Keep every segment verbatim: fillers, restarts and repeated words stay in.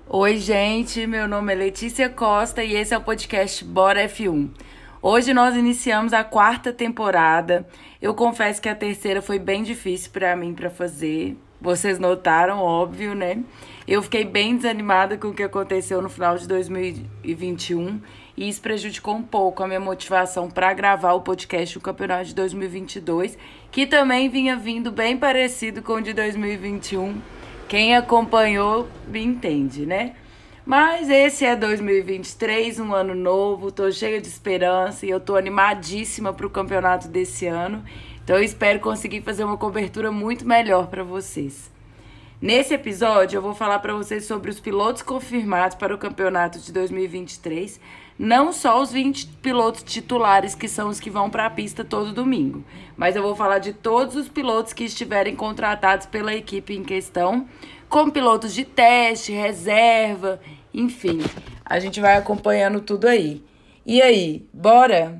Oi, gente, meu nome é Letícia Costa e esse é o podcast Bora F um. Hoje nós iniciamos a quarta temporada. Eu confesso que a terceira foi bem difícil para mim para fazer. Vocês notaram, óbvio, né? Eu fiquei bem desanimada com o que aconteceu no final de dois mil e vinte e um e isso prejudicou um pouco a minha motivação para gravar o podcast do Campeonato de dois mil e vinte e dois, que também vinha vindo bem parecido com o de dois mil e vinte e um. Quem acompanhou me entende, né? Mas esse é dois mil e vinte e três, um ano novo, tô cheia de esperança e eu tô animadíssima pro campeonato desse ano. Então eu espero conseguir fazer uma cobertura muito melhor para vocês. Nesse episódio eu vou falar para vocês sobre os pilotos confirmados para o campeonato de dois mil e vinte e três, não só os vinte pilotos titulares que são os que vão para a pista todo domingo, mas eu vou falar de todos os pilotos que estiverem contratados pela equipe em questão, como pilotos de teste, reserva, enfim, a gente vai acompanhando tudo aí. E aí, bora?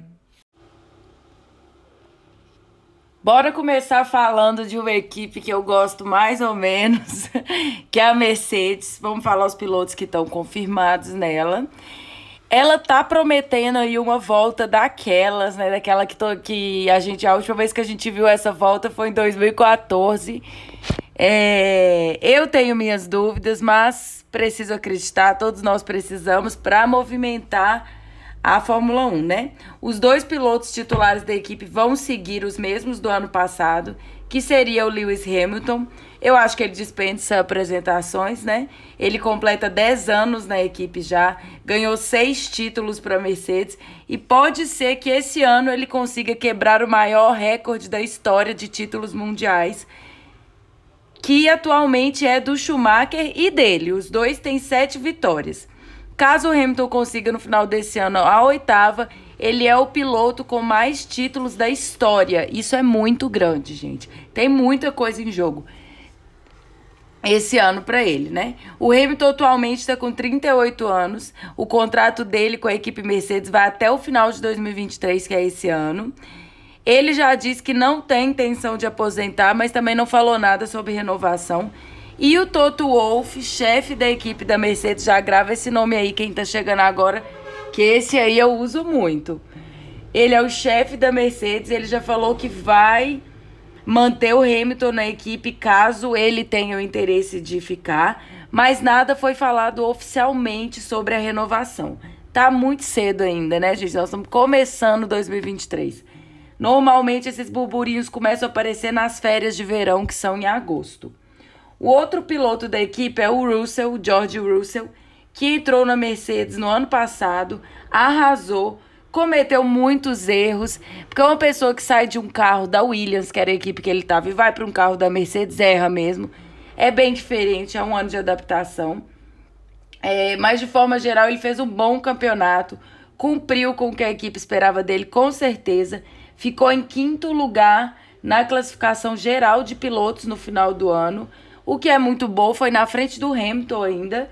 Bora começar falando de uma equipe que eu gosto mais ou menos, que é a Mercedes. Vamos falar os pilotos que estão confirmados nela. Ela tá prometendo aí uma volta daquelas, né? Daquela que, to, que a gente, a última vez que a gente viu essa volta foi em dois mil e quatorze. É, eu tenho minhas dúvidas, mas preciso acreditar, todos nós precisamos para movimentar a Fórmula um, né? Os dois pilotos titulares da equipe vão seguir os mesmos do ano passado, que seria o Lewis Hamilton. Eu acho que ele dispensa apresentações, né? Ele completa dez anos na equipe já, ganhou seis títulos para a Mercedes e pode ser que esse ano ele consiga quebrar o maior recorde da história de títulos mundiais, que atualmente é do Schumacher e dele. Os dois têm sete vitórias. Caso o Hamilton consiga no final desse ano a oitava, ele é o piloto com mais títulos da história. Isso é muito grande, gente. Tem muita coisa em jogo esse ano para ele, né? O Hamilton atualmente está com trinta e oito anos. O contrato dele com a equipe Mercedes vai até o final de dois mil e vinte e três, que é esse ano. Ele já disse que não tem intenção de aposentar, mas também não falou nada sobre renovação. E o Toto Wolff, chefe da equipe da Mercedes, já grava esse nome aí, quem tá chegando agora, que esse aí eu uso muito. Ele é o chefe da Mercedes, ele já falou que vai manter o Hamilton na equipe caso ele tenha o interesse de ficar, mas nada foi falado oficialmente sobre a renovação. Tá muito cedo ainda, né, gente? Nós estamos começando dois mil e vinte e três. Normalmente esses burburinhos começam a aparecer nas férias de verão, que são em agosto. O outro piloto da equipe é o Russell, o George Russell, que entrou na Mercedes no ano passado, arrasou, cometeu muitos erros, porque uma pessoa que sai de um carro da Williams, que era a equipe que ele estava, e vai para um carro da Mercedes, erra mesmo. É bem diferente, é um ano de adaptação. É, mas, de forma geral, ele fez um bom campeonato, cumpriu com o que a equipe esperava dele, com certeza. Ficou em quinto lugar na classificação geral de pilotos no final do ano. O que é muito bom, foi na frente do Hamilton ainda.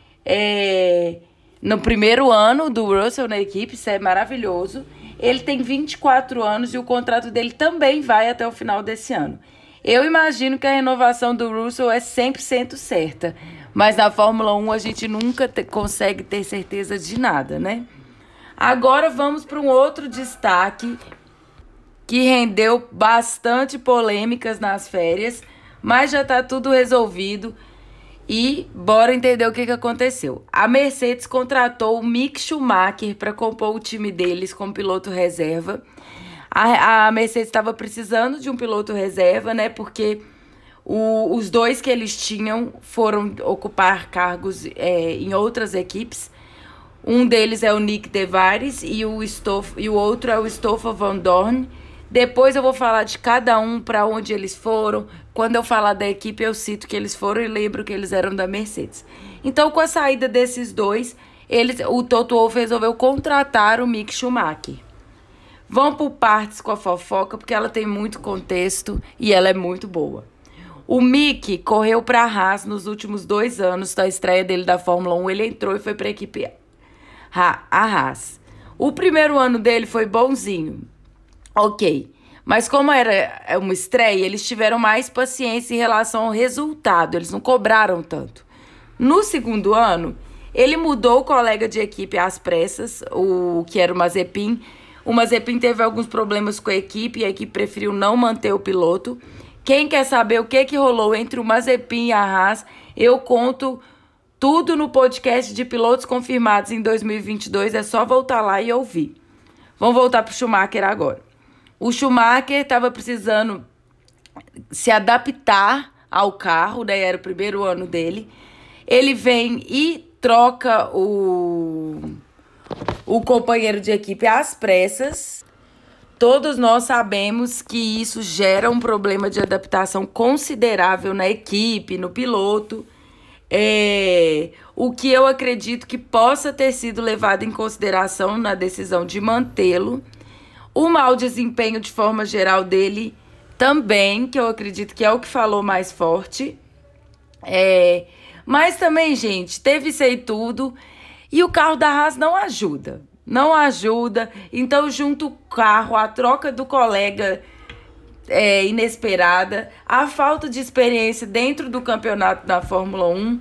É, no primeiro ano do Russell na equipe, isso é maravilhoso. Ele tem vinte e quatro anos e o contrato dele também vai até o final desse ano. Eu imagino que a renovação do Russell é cem por cento certa, mas na Fórmula um a gente nunca te, consegue ter certeza de nada, né? Agora vamos para um outro destaque que rendeu bastante polêmicas nas férias, mas já tá tudo resolvido e bora entender o que, que aconteceu. A Mercedes contratou o Mick Schumacher para compor o time deles como piloto reserva. A, a Mercedes estava precisando de um piloto reserva, né? Porque o, os dois que eles tinham foram ocupar cargos é, em outras equipes. Um deles é o Nick De Vries e o, Stoff, e o outro é o Stoffel Van Dorn. Depois eu vou falar de cada um, para onde eles foram. Quando eu falar da equipe, eu cito que eles foram e lembro que eles eram da Mercedes. Então, com a saída desses dois, eles, o Toto Wolff resolveu contratar o Mick Schumacher. Vamos por partes com a fofoca, porque ela tem muito contexto e ela é muito boa. O Mick correu para a Haas nos últimos dois anos da estreia dele da Fórmula um. Ele entrou e foi para a equipe a Haas. O primeiro ano dele foi bonzinho. Ok, mas como era uma estreia, eles tiveram mais paciência em relação ao resultado, eles não cobraram tanto. No segundo ano, ele mudou o colega de equipe às pressas, o que era o Mazepin. O Mazepin teve alguns problemas com a equipe e a equipe preferiu não manter o piloto. Quem quer saber o que, que rolou entre o Mazepin e a Haas, eu conto tudo no podcast de pilotos confirmados em dois mil e vinte e dois. É só voltar lá e ouvir. Vamos voltar para o Schumacher agora. O Schumacher estava precisando se adaptar ao carro, né? Era o primeiro ano dele. Ele vem e troca o, o companheiro de equipe às pressas. Todos nós sabemos que isso gera um problema de adaptação considerável na equipe, no piloto. É, o que eu acredito que possa ter sido levado em consideração na decisão de mantê-lo. O mau desempenho de forma geral dele também, que eu acredito que é o que falou mais forte. É, mas também, gente, teve isso aí tudo e o carro da Haas não ajuda. Não ajuda. Então, junto o carro, a troca do colega é, inesperada, a falta de experiência dentro do campeonato da Fórmula um,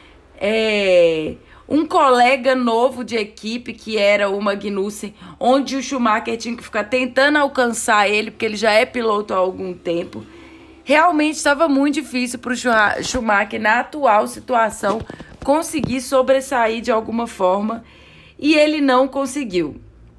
é, um colega novo de equipe, que era o Magnussen, onde o Schumacher tinha que ficar tentando alcançar ele, porque ele já é piloto há algum tempo. Realmente estava muito difícil para o Schumacher, na atual situação, conseguir sobressair de alguma forma. E ele não conseguiu.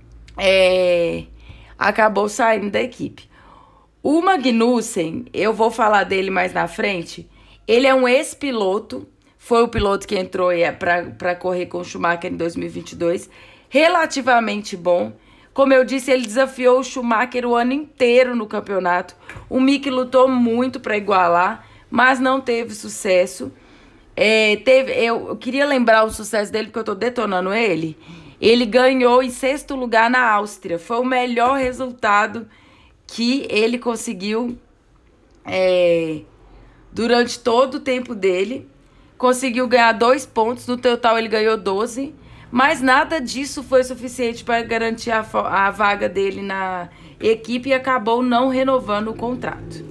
É, acabou saindo da equipe. O Magnussen, eu vou falar dele mais na frente, ele é um ex-piloto, foi o piloto que entrou para correr com o Schumacher em dois mil e vinte e dois, relativamente bom. Como eu disse, ele desafiou o Schumacher o ano inteiro no campeonato. O Mick lutou muito para igualar, mas não teve sucesso. É, teve, eu, eu queria lembrar o sucesso dele, porque eu tô detonando ele. Ele ganhou em sexto lugar na Áustria. Foi o melhor resultado que ele conseguiu é, durante todo o tempo dele. Conseguiu ganhar dois pontos, no total ele ganhou doze. Mas nada disso foi suficiente para garantir a, a vaga dele na equipe e acabou não renovando o contrato.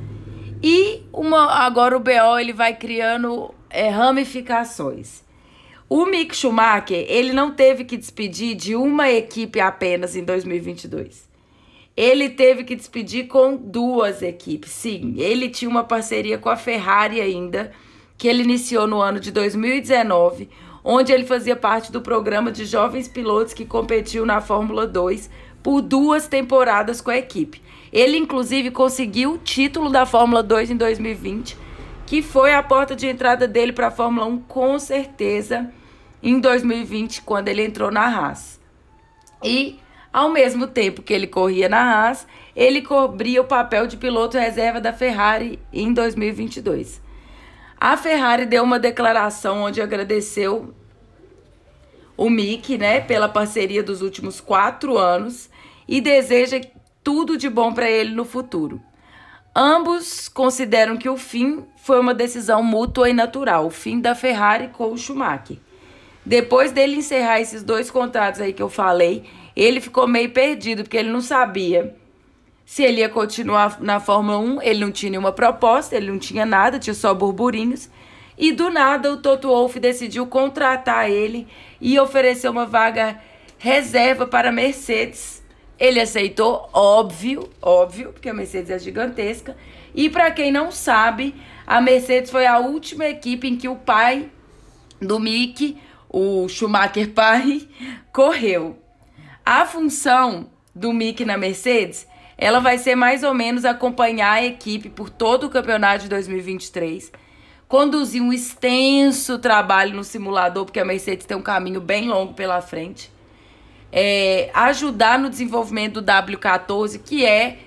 E uma, agora o B O ele vai criando é, ramificações. O Mick Schumacher, ele não teve que despedir de uma equipe apenas em dois mil e vinte e dois. Ele teve que despedir com duas equipes. Sim, ele tinha uma parceria com a Ferrari ainda, que ele iniciou no ano de dois mil e dezenove, onde ele fazia parte do programa de jovens pilotos que competiu na Fórmula dois por duas temporadas com a equipe. Ele, inclusive, conseguiu o título da Fórmula dois em dois mil e vinte, que foi a porta de entrada dele para a Fórmula um, com certeza, em dois mil e vinte, quando ele entrou na Haas. E, ao mesmo tempo que ele corria na Haas, ele cobria o papel de piloto reserva da Ferrari em dois mil e vinte e dois. A Ferrari deu uma declaração onde agradeceu o Mick, né, pela parceria dos últimos quatro anos e deseja tudo de bom para ele no futuro. Ambos consideram que o fim foi uma decisão mútua e natural, o fim da Ferrari com o Schumacher. Depois dele encerrar esses dois contratos aí que eu falei, ele ficou meio perdido, porque ele não sabia se ele ia continuar na Fórmula um, ele não tinha nenhuma proposta, ele não tinha nada, tinha só burburinhos. E do nada o Toto Wolff decidiu contratar ele e oferecer uma vaga reserva para a Mercedes. Ele aceitou, óbvio, óbvio, porque a Mercedes é gigantesca. E para quem não sabe, a Mercedes foi a última equipe em que o pai do Mick, o Schumacher pai, correu. A função do Mick na Mercedes, ela vai ser mais ou menos acompanhar a equipe por todo o campeonato de dois mil e vinte e três, conduzir um extenso trabalho no simulador, porque a Mercedes tem um caminho bem longo pela frente, é, ajudar no desenvolvimento do W quatorze, que é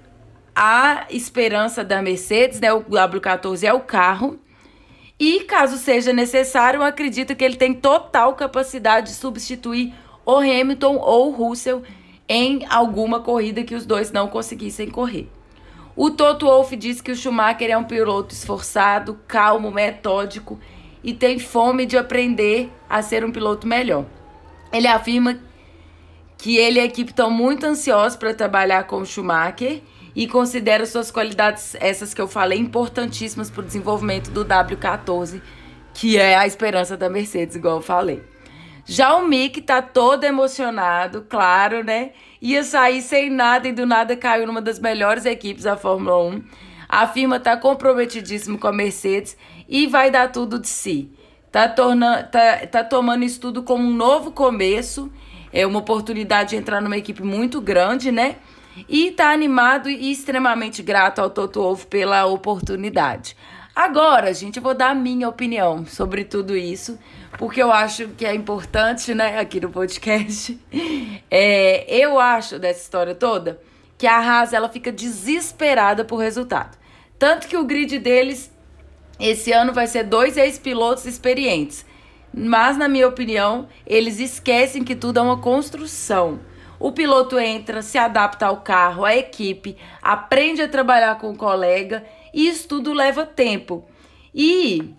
a esperança da Mercedes, né? O W quatorze é o carro, e caso seja necessário, eu acredito que ele tem total capacidade de substituir o Hamilton ou o Russell em alguma corrida que os dois não conseguissem correr. O Toto Wolff diz que o Schumacher é um piloto esforçado, calmo, metódico e tem fome de aprender a ser um piloto melhor. Ele afirma que ele e a equipe estão muito ansiosos para trabalhar com o Schumacher e considera suas qualidades, essas que eu falei, importantíssimas para o desenvolvimento do W quatorze, que é a esperança da Mercedes, igual eu falei. Já o Mick tá todo emocionado, claro, né? Ia sair sem nada e do nada caiu numa das melhores equipes da Fórmula um. A firma tá comprometidíssima com a Mercedes e vai dar tudo de si. Tá, tornando, tá, tá tomando isso tudo como um novo começo, é uma oportunidade de entrar numa equipe muito grande, né? E tá animado e extremamente grato ao Toto Wolff pela oportunidade. Agora, gente, eu vou dar a minha opinião sobre tudo isso, porque eu acho que é importante, né, aqui no podcast. É, eu acho dessa história toda que a Haas, ela fica desesperada por resultado. Tanto que o grid deles, esse ano, vai ser dois ex-pilotos experientes. Mas, na minha opinião, eles esquecem que tudo é uma construção. O piloto entra, se adapta ao carro, à equipe, aprende a trabalhar com o colega, e isso tudo leva tempo. E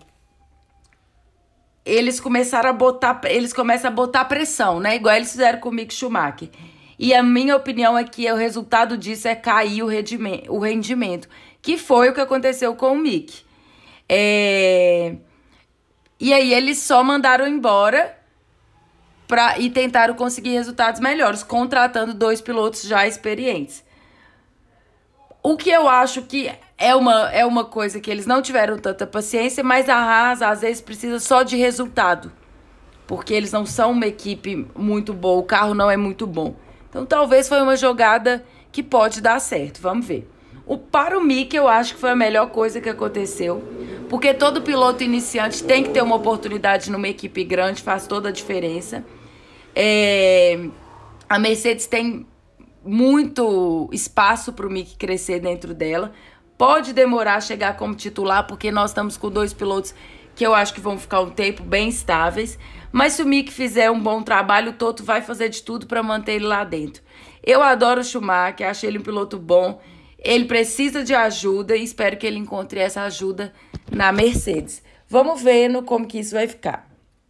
eles começaram a botar, eles começam a botar pressão, né? Igual eles fizeram com o Mick Schumacher. E a minha opinião é que o resultado disso é cair o rendimento, o rendimento que foi o que aconteceu com o Mick. É... E aí eles só mandaram embora pra... e tentaram conseguir resultados melhores, contratando dois pilotos já experientes. O que eu acho que é uma, é uma coisa que eles não tiveram tanta paciência, mas a Haas às vezes precisa só de resultado, porque eles não são uma equipe muito boa, o carro não é muito bom. Então talvez foi uma jogada que pode dar certo, vamos ver. O, para o Mick, eu acho que foi a melhor coisa que aconteceu, porque todo piloto iniciante tem que ter uma oportunidade numa equipe grande, faz toda a diferença. É, a Mercedes tem muito espaço para o Mick crescer dentro dela. Pode demorar a chegar como titular, porque nós estamos com dois pilotos que eu acho que vão ficar um tempo bem estáveis. Mas se o Mick fizer um bom trabalho, o Toto vai fazer de tudo para manter ele lá dentro. Eu adoro o Schumacher, acho ele um piloto bom. Ele precisa de ajuda e espero que ele encontre essa ajuda na Mercedes. Vamos vendo como que isso vai ficar.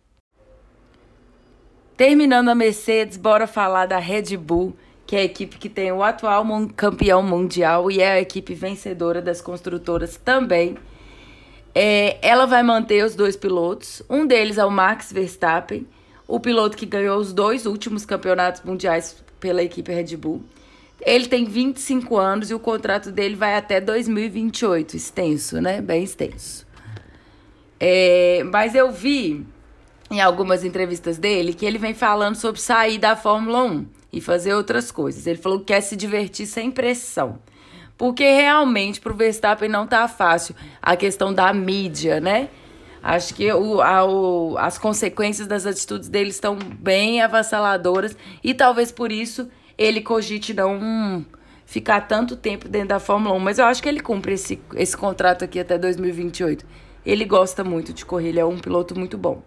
Terminando a Mercedes, bora falar da Red Bull, que é a equipe que tem o atual campeão mundial e é a equipe vencedora das construtoras também. É, ela vai manter os dois pilotos. Um deles é o Max Verstappen, o piloto que ganhou os dois últimos campeonatos mundiais pela equipe Red Bull. Ele tem vinte e cinco anos e o contrato dele vai até dois mil e vinte e oito. Extenso, né? Bem extenso. É, mas eu vi em algumas entrevistas dele que ele vem falando sobre sair da Fórmula um e fazer outras coisas. Ele falou que quer se divertir sem pressão. Porque realmente pro Verstappen não tá fácil a questão da mídia, né? Acho que o, a, o, as consequências das atitudes dele estão bem avassaladoras e talvez por isso ele cogite não hum, ficar tanto tempo dentro da Fórmula um. Mas eu acho que ele cumpre esse, esse contrato aqui até dois mil e vinte e oito. Ele gosta muito de correr, ele é um piloto muito bom.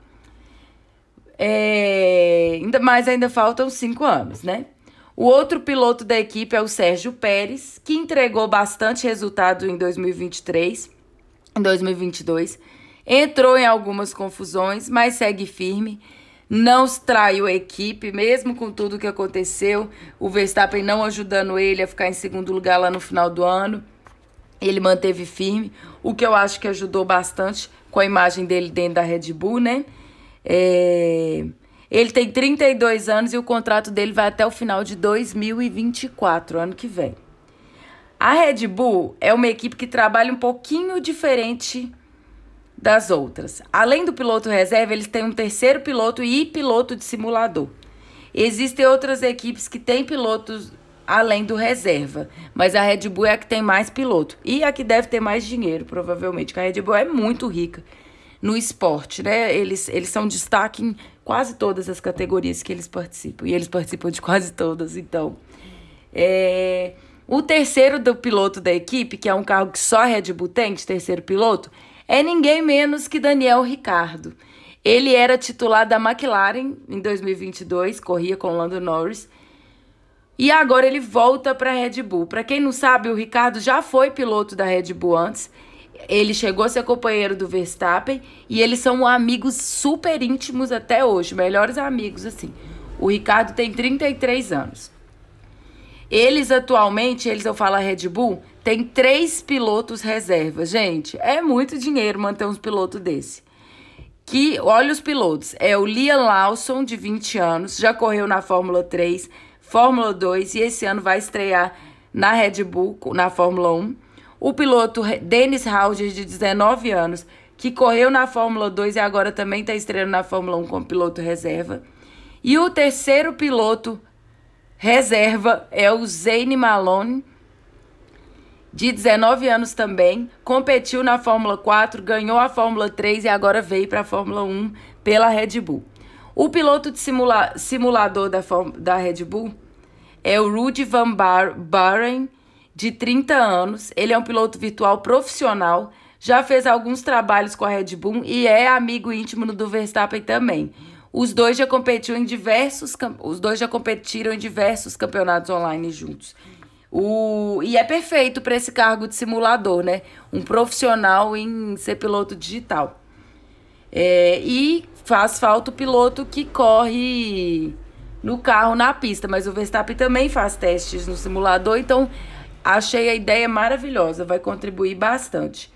É, ainda mais ainda faltam cinco anos, né? O outro piloto da equipe é o Sérgio Pérez, que entregou bastante resultado em dois mil e vinte e três, em dois mil e vinte e dois. Entrou em algumas confusões, mas segue firme. Não traiu a equipe, mesmo com tudo que aconteceu. O Verstappen não ajudando ele a ficar em segundo lugar lá no final do ano. Ele manteve firme, o que eu acho que ajudou bastante com a imagem dele dentro da Red Bull, né? É... Ele tem trinta e dois anos e o contrato dele vai até o final de dois mil e vinte e quatro, ano que vem. A Red Bull é uma equipe que trabalha um pouquinho diferente das outras. Além do piloto reserva, eles têm um terceiro piloto e piloto de simulador. Existem outras equipes que têm pilotos além do reserva, mas a Red Bull é a que tem mais piloto e a que deve ter mais dinheiro, provavelmente, porque a Red Bull é muito rica no esporte, né? Eles, eles são destaque em quase todas as categorias que eles participam. E eles participam de quase todas, então. É... O terceiro do piloto da equipe, que é um carro que só a Red Bull tem, de terceiro piloto, é ninguém menos que Daniel Ricciardo. Ele era titular da McLaren em dois mil e vinte e dois, corria com o Lando Norris. E agora ele volta para a Red Bull. Para quem não sabe, o Ricciardo já foi piloto da Red Bull antes. Ele chegou a ser companheiro do Verstappen e eles são amigos super íntimos até hoje, melhores amigos, assim. O Ricciardo tem trinta e três anos. Eles atualmente, eles, eu falo a Red Bull, tem três pilotos reserva. Gente, é muito dinheiro manter uns pilotos desse. que, olha os pilotos, é o Liam Lawson, de vinte anos, já correu na Fórmula três, Fórmula dois e esse ano vai estrear na Red Bull, na Fórmula um. O piloto Dennis Hauger, de dezenove anos, que correu na Fórmula dois e agora também está estreando na Fórmula um como piloto reserva. E o terceiro piloto reserva é o Zane Malone, de dezenove anos também, competiu na Fórmula quatro, ganhou a Fórmula três e agora veio para a Fórmula um pela Red Bull. O piloto de simula simulador da, da Red Bull é o Rudy Van Buren, de trinta anos. Ele é um piloto virtual profissional, já fez alguns trabalhos com a Red Bull e é amigo íntimo do Verstappen também. Os dois já competiram em diversos, os dois já competiram em diversos campeonatos online juntos. O, e é perfeito para esse cargo de simulador, né? Um profissional em ser piloto digital. É, e faz falta o piloto que corre no carro, na pista. Mas o Verstappen também faz testes no simulador, então achei a ideia maravilhosa, vai contribuir bastante.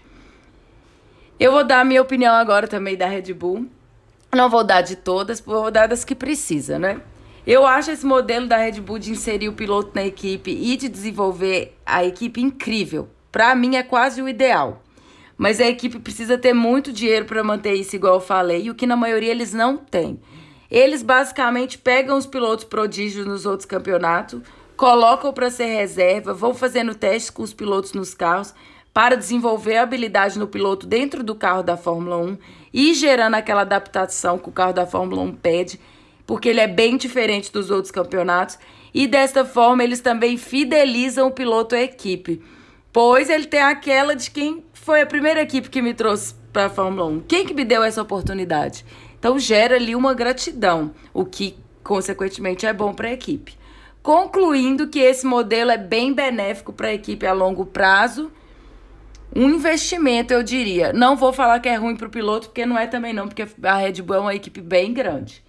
Eu vou dar a minha opinião agora também da Red Bull. Não vou dar de todas, vou dar das que precisa, né? Eu acho esse modelo da Red Bull de inserir o piloto na equipe e de desenvolver a equipe incrível. Para mim é quase o ideal. Mas a equipe precisa ter muito dinheiro para manter isso, igual eu falei, e o que na maioria eles não têm. Eles basicamente pegam os pilotos prodígios nos outros campeonatos, colocam para ser reserva, vão fazendo testes com os pilotos nos carros para desenvolver a habilidade no piloto dentro do carro da Fórmula um e gerando aquela adaptação que o carro da Fórmula um pede, porque ele é bem diferente dos outros campeonatos. E desta forma eles também fidelizam o piloto à equipe, pois ele tem aquela de quem foi a primeira equipe que me trouxe para a Fórmula um. Quem que me deu essa oportunidade? Então gera ali uma gratidão, o que consequentemente é bom para a equipe. Concluindo que esse modelo é bem benéfico para a equipe a longo prazo, um investimento, eu diria. Não vou falar que é ruim para o piloto, porque não é também não, porque a Red Bull é uma equipe bem grande.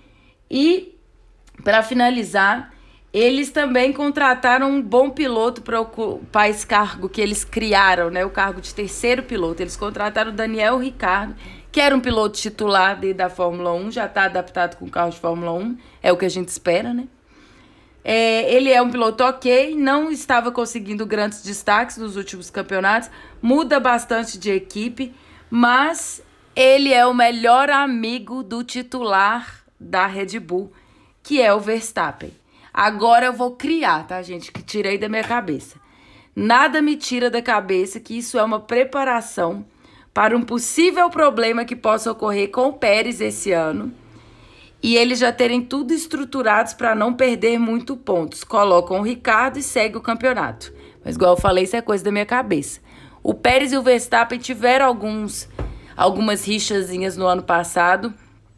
E, para finalizar, eles também contrataram um bom piloto para ocupar esse cargo que eles criaram, né? O cargo de terceiro piloto. Eles contrataram o Daniel Ricciardo, que era um piloto titular da Fórmula um, já está adaptado com o carro de Fórmula um, é o que a gente espera, né? É, ele é um piloto ok, não estava conseguindo grandes destaques nos últimos campeonatos, muda bastante de equipe, mas ele é o melhor amigo do titular da Red Bull, que é o Verstappen. Agora eu vou criar, tá, gente? Que tirei da minha cabeça. Nada me tira da cabeça que isso é uma preparação para um possível problema que possa ocorrer com o Pérez esse ano. E eles já terem tudo estruturados para não perder muito pontos. Colocam o Ricardo e segue o campeonato. Mas igual eu falei, isso é coisa da minha cabeça. O Pérez e o Verstappen tiveram alguns, algumas rixazinhas no ano passado.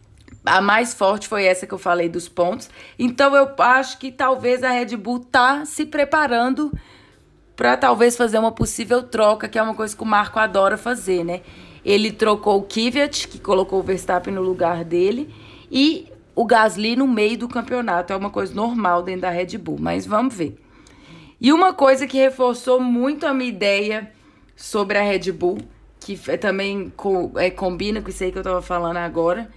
A mais forte foi essa que eu falei dos pontos. Então eu acho que talvez a Red Bull tá se preparando para talvez fazer uma possível troca, que é uma coisa que o Marco adora fazer, né? Ele trocou o Kvyat, que colocou o Verstappen no lugar dele, e o Gasly no meio do campeonato. É uma coisa normal dentro da Red Bull, mas vamos ver. E uma coisa que reforçou muito a minha ideia sobre a Red Bull, que também co é, combina com isso aí que eu tava falando agora,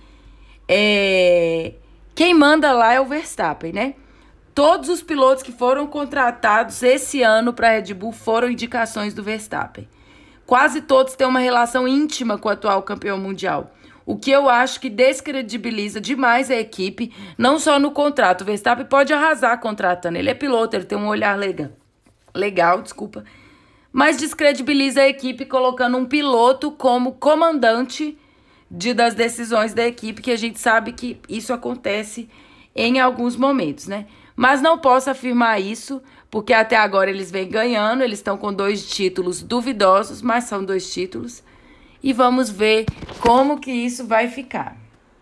é... quem manda lá é o Verstappen, né? Todos os pilotos que foram contratados esse ano para a Red Bull foram indicações do Verstappen. Quase todos têm uma relação íntima com o atual campeão mundial, o que eu acho que descredibiliza demais a equipe, não só no contrato. O Verstappen pode arrasar contratando, ele é piloto, ele tem um olhar legal, legal, desculpa, mas descredibiliza a equipe colocando um piloto como comandante de, das decisões da equipe, que a gente sabe que isso acontece em alguns momentos, né? Mas não posso afirmar isso, porque até agora eles vêm ganhando, eles estão com dois títulos duvidosos, mas são dois títulos. E vamos ver como que isso vai ficar.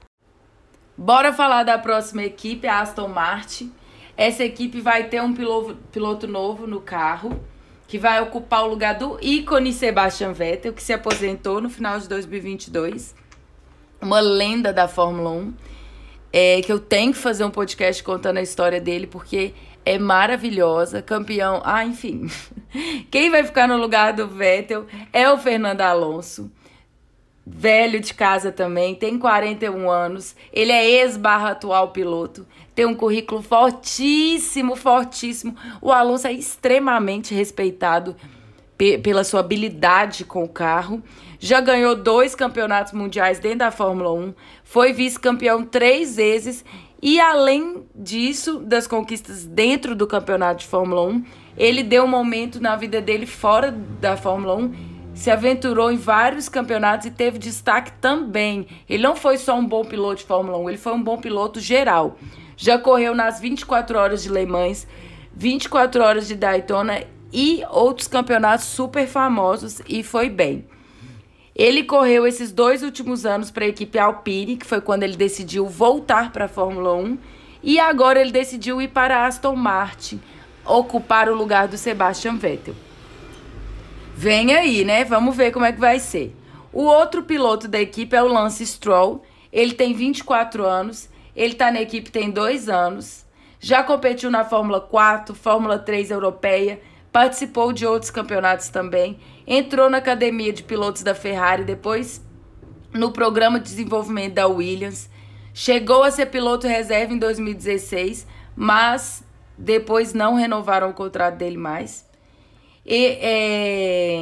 Bora falar da próxima equipe, a Aston Martin. Essa equipe vai ter um piloto, piloto novo no carro, que vai ocupar o lugar do ícone Sebastian Vettel, que se aposentou no final de dois mil e vinte e dois. Uma lenda da Fórmula um. É, que eu tenho que fazer um podcast contando a história dele, porque é maravilhosa, campeão, ah, enfim. Quem vai ficar no lugar do Vettel é o Fernando Alonso. velho de casa também, tem quarenta e um anos, ele é ex-barra atual piloto, tem um currículo fortíssimo, fortíssimo. O Alonso é extremamente respeitado pe pela sua habilidade com o carro. Já ganhou dois campeonatos mundiais dentro da Fórmula um, foi vice-campeão três vezes e, além disso, das conquistas dentro do campeonato de Fórmula um, ele deu um momento na vida dele fora da Fórmula um, se aventurou em vários campeonatos e teve destaque também. Ele não foi só um bom piloto de Fórmula um, ele foi um bom piloto geral. Já correu nas vinte e quatro horas de Le Mans, vinte e quatro horas de Daytona e outros campeonatos super famosos e foi bem. Ele correu esses dois últimos anos para a equipe Alpine, que foi quando ele decidiu voltar para a Fórmula um, e agora ele decidiu ir para a Aston Martin, ocupar o lugar do Sebastian Vettel. Vem aí, né? Vamos ver como é que vai ser. O outro piloto da equipe é o Lance Stroll. Ele tem vinte e quatro anos, ele está na equipe tem dois anos, já competiu na Fórmula quatro, Fórmula três europeia, participou de outros campeonatos também, entrou na academia de pilotos da Ferrari, depois no programa de desenvolvimento da Williams, chegou a ser piloto reserva em dois mil e dezesseis, mas depois não renovaram o contrato dele mais. E, é,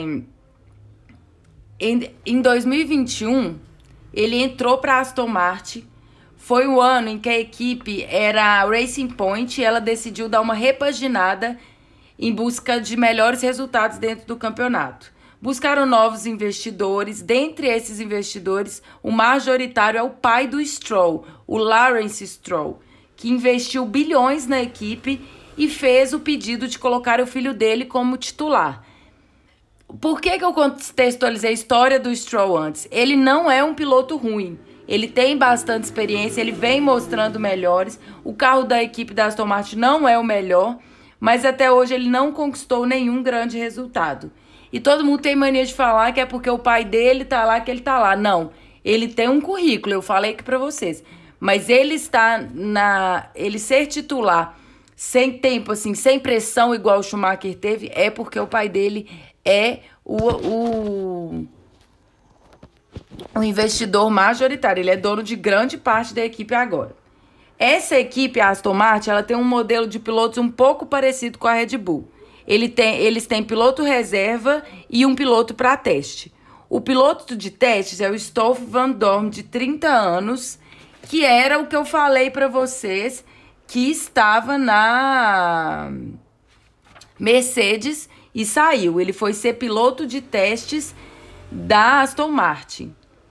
em, em dois mil e vinte e um, ele entrou para a Aston Martin. Foi o ano em que a equipe era a Racing Point e ela decidiu dar uma repaginada em busca de melhores resultados dentro do campeonato. Buscaram novos investidores. Dentre esses investidores, o majoritário é o pai do Stroll, o Lawrence Stroll, que investiu bilhões na equipe e fez o pedido de colocar o filho dele como titular. Por que que eu contextualizei a história do Stroll antes? Ele não é um piloto ruim. Ele tem bastante experiência, ele vem mostrando melhores. O carro da equipe da Aston Martin não é o melhor, mas até hoje ele não conquistou nenhum grande resultado. E todo mundo tem mania de falar que é porque o pai dele tá lá que ele tá lá. Não, ele tem um currículo, eu falei aqui pra vocês. Mas ele está na... Ele ser titular sem tempo, assim, sem pressão igual o Schumacher teve, é porque o pai dele é o... o... um investidor majoritário, ele é dono de grande parte da equipe agora. Essa equipe, a Aston Martin, ela tem um modelo de pilotos um pouco parecido com a Red Bull. Ele tem, eles têm piloto reserva e um piloto para teste. O piloto de testes é o Stoffel Vandoorne, de trinta anos, que era o que eu falei para vocês, que estava na Mercedes e saiu. Ele foi ser piloto de testes da Aston Martin.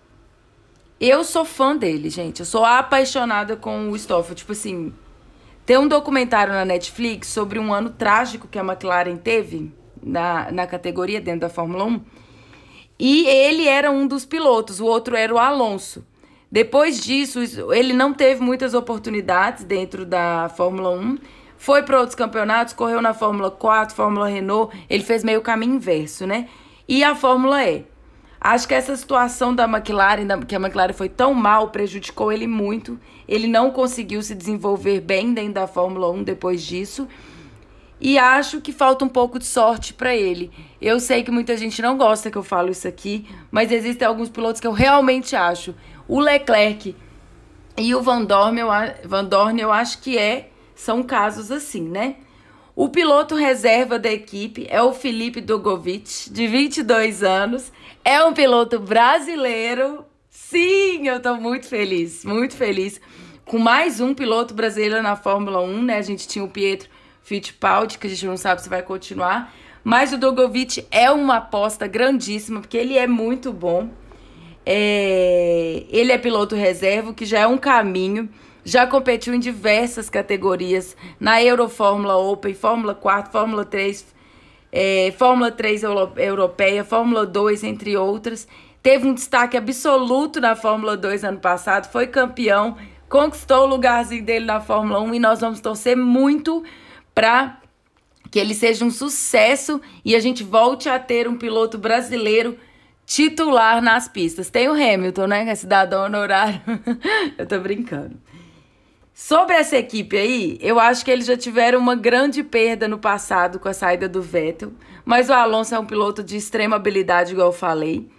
Eu sou fã dele, gente. Eu sou apaixonada com o Stoffel. Tipo assim, tem um documentário na Netflix sobre um ano trágico que a McLaren teve na, na categoria dentro da Fórmula um. E ele era um dos pilotos, o outro era o Alonso. Depois disso, ele não teve muitas oportunidades dentro da Fórmula um. Foi para outros campeonatos, correu na Fórmula quatro, Fórmula Renault. Ele fez meio caminho inverso, né? E a Fórmula E. Acho que essa situação da McLaren, da, que a McLaren foi tão mal, prejudicou ele muito. Ele não conseguiu se desenvolver bem dentro da Fórmula um depois disso. E acho que falta um pouco de sorte para ele. Eu sei que muita gente não gosta que eu falo isso aqui, mas existem alguns pilotos que eu realmente acho. O Leclerc e o Vandoorne, eu, Vandoorne, eu acho que é, são casos assim, né? O piloto reserva da equipe é o Felipe Drugovich, de vinte e dois anos. É um piloto brasileiro. Sim, eu tô muito feliz, muito feliz. Com mais um piloto brasileiro na Fórmula um, né? A gente tinha o Pietro Fittipaldi, que a gente não sabe se vai continuar. Mas o Drugovich é uma aposta grandíssima, porque ele é muito bom. É... Ele é piloto reserva, que já é um caminho. Já competiu em diversas categorias, na Eurofórmula Open, Fórmula quatro, Fórmula três, é, Fórmula três Europeia, Fórmula dois, entre outras. Teve um destaque absoluto na Fórmula dois ano passado, foi campeão, conquistou o lugarzinho dele na Fórmula um e nós vamos torcer muito para que ele seja um sucesso e a gente volte a ter um piloto brasileiro titular nas pistas. Tem o Hamilton, né, que é cidadão honorário. Eu tô brincando. Sobre essa equipe aí, eu acho que eles já tiveram uma grande perda no passado com a saída do Vettel, mas o Alonso é um piloto de extrema habilidade, igual eu falei.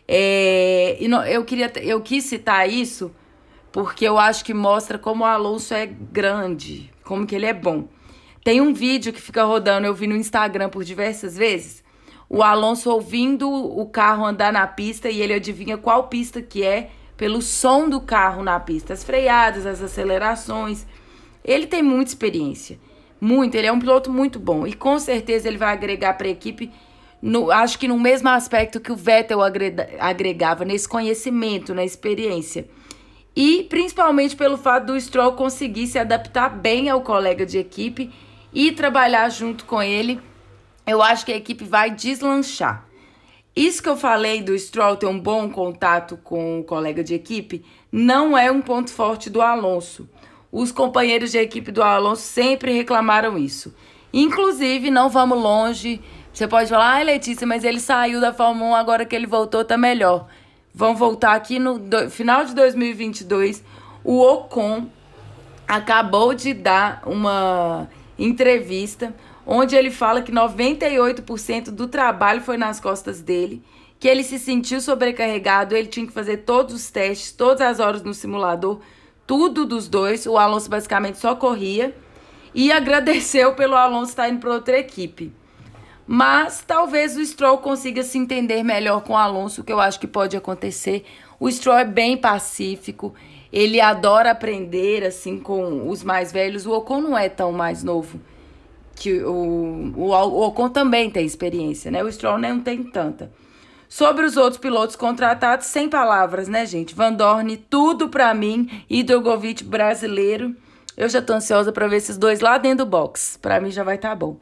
É, e não- eu, queria, eu quis citar isso porque eu acho que mostra como o Alonso é grande, como que ele é bom. Tem um vídeo que fica rodando, eu vi no Instagram por diversas vezes, o Alonso ouvindo o carro andar na pista e ele adivinha qual pista que é pelo som do carro na pista, as freadas, as acelerações. Ele tem muita experiência, muito, ele é um piloto muito bom e com certeza ele vai agregar para a equipe, no, acho que no mesmo aspecto que o Vettel agrega, agregava, nesse conhecimento, na experiência. E principalmente pelo fato do Stroll conseguir se adaptar bem ao colega de equipe e trabalhar junto com ele, eu acho que a equipe vai deslanchar. Isso que eu falei do Stroll ter um bom contato com o colega de equipe não é um ponto forte do Alonso. Os companheiros de equipe do Alonso sempre reclamaram isso. Inclusive, não vamos longe. Você pode falar, ah, Letícia, mas ele saiu da Fórmula um, agora que ele voltou tá melhor. Vão voltar aqui no do, final de dois mil e vinte e dois. O Ocon acabou de dar uma entrevista onde ele fala que noventa e oito por cento do trabalho foi nas costas dele, que ele se sentiu sobrecarregado, ele tinha que fazer todos os testes, todas as horas no simulador, tudo dos dois. O Alonso basicamente só corria e agradeceu pelo Alonso estar indo para outra equipe. Mas talvez o Stroll consiga se entender melhor com o Alonso, que eu acho que pode acontecer. O Stroll é bem pacífico, ele adora aprender assim com os mais velhos. O Ocon não é tão mais novo, que o, o, o Ocon também tem experiência, né? O Stroll não tem tanta. Sobre os outros pilotos contratados, sem palavras, né, gente? Van Dorn, tudo pra mim. E Drogovic, brasileiro. Eu já tô ansiosa pra ver esses dois lá dentro do box. Pra mim já vai tá bom.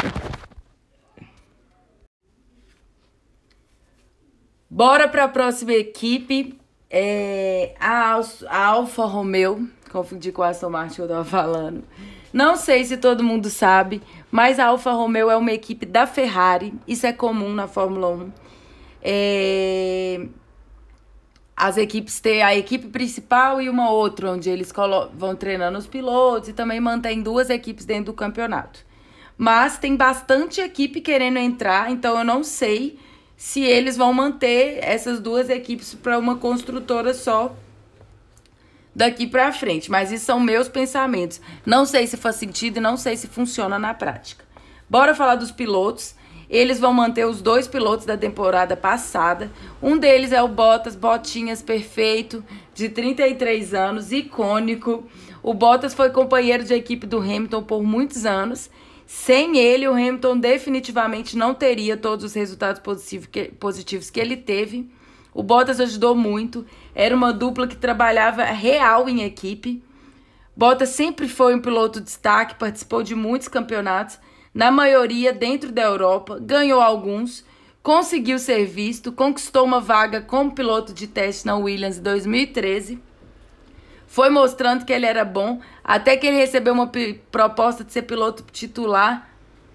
Bora pra próxima equipe. É a, Al a Alfa Romeo. Confundi com a Aston Martin que eu tava falando. Não sei se todo mundo sabe, mas a Alfa Romeo é uma equipe da Ferrari. Isso é comum na Fórmula um. É... As equipes têm a equipe principal e uma outra, onde eles vão treinando os pilotos e também mantém duas equipes dentro do campeonato. Mas tem bastante equipe querendo entrar, então eu não sei se eles vão manter essas duas equipes para uma construtora só daqui para frente. Mas isso são meus pensamentos. Não sei se faz sentido e não sei se funciona na prática. Bora falar dos pilotos. Eles vão manter os dois pilotos da temporada passada. Um deles é o Bottas, Botinhas perfeito, de trinta e três anos, icônico. O Bottas foi companheiro de equipe do Hamilton por muitos anos. Sem ele, o Hamilton definitivamente não teria todos os resultados positivos que ele teve. O Bottas ajudou muito. Era uma dupla que trabalhava real em equipe. Bottas sempre foi um piloto de destaque, participou de muitos campeonatos, na maioria dentro da Europa, ganhou alguns, conseguiu ser visto, conquistou uma vaga como piloto de teste na Williams em dois mil e treze. Foi mostrando que ele era bom, até que ele recebeu uma proposta de ser piloto titular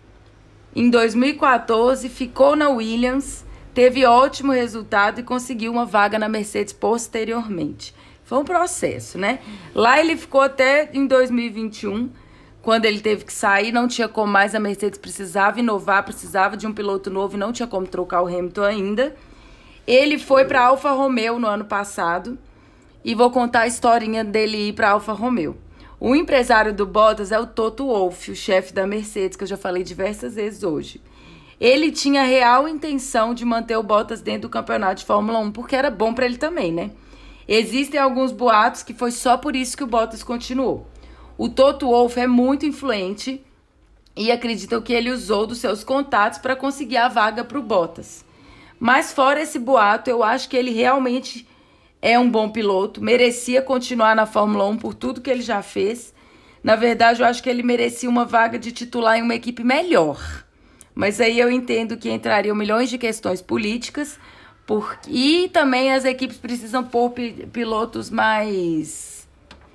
em dois mil e quatorze, ficou na Williams, teve ótimo resultado e conseguiu uma vaga na Mercedes posteriormente. Foi um processo, né? Lá ele ficou até em dois mil e vinte e um, quando ele teve que sair, não tinha como mais, a Mercedes precisava inovar, precisava de um piloto novo e não tinha como trocar o Hamilton ainda. Ele foi para a Alfa Romeo no ano passado e vou contar a historinha dele ir para a Alfa Romeo. O empresário do Bottas é o Toto Wolff, o chefe da Mercedes, que eu já falei diversas vezes hoje. Ele tinha real intenção de manter o Bottas dentro do campeonato de Fórmula um, porque era bom para ele também, né? Existem alguns boatos que foi só por isso que o Bottas continuou. O Toto Wolff é muito influente e acreditam que ele usou dos seus contatos para conseguir a vaga para o Bottas. Mas fora esse boato, eu acho que ele realmente é um bom piloto, merecia continuar na Fórmula um por tudo que ele já fez. Na verdade, eu acho que ele merecia uma vaga de titular em uma equipe melhor. Mas aí eu entendo que entrariam milhões de questões políticas, por... e também as equipes precisam pôr pilotos mais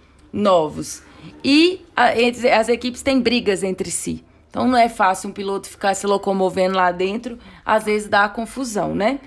novos. E a, as equipes têm brigas entre si. Então não é fácil um piloto ficar se locomovendo lá dentro. Às vezes dá confusão, né?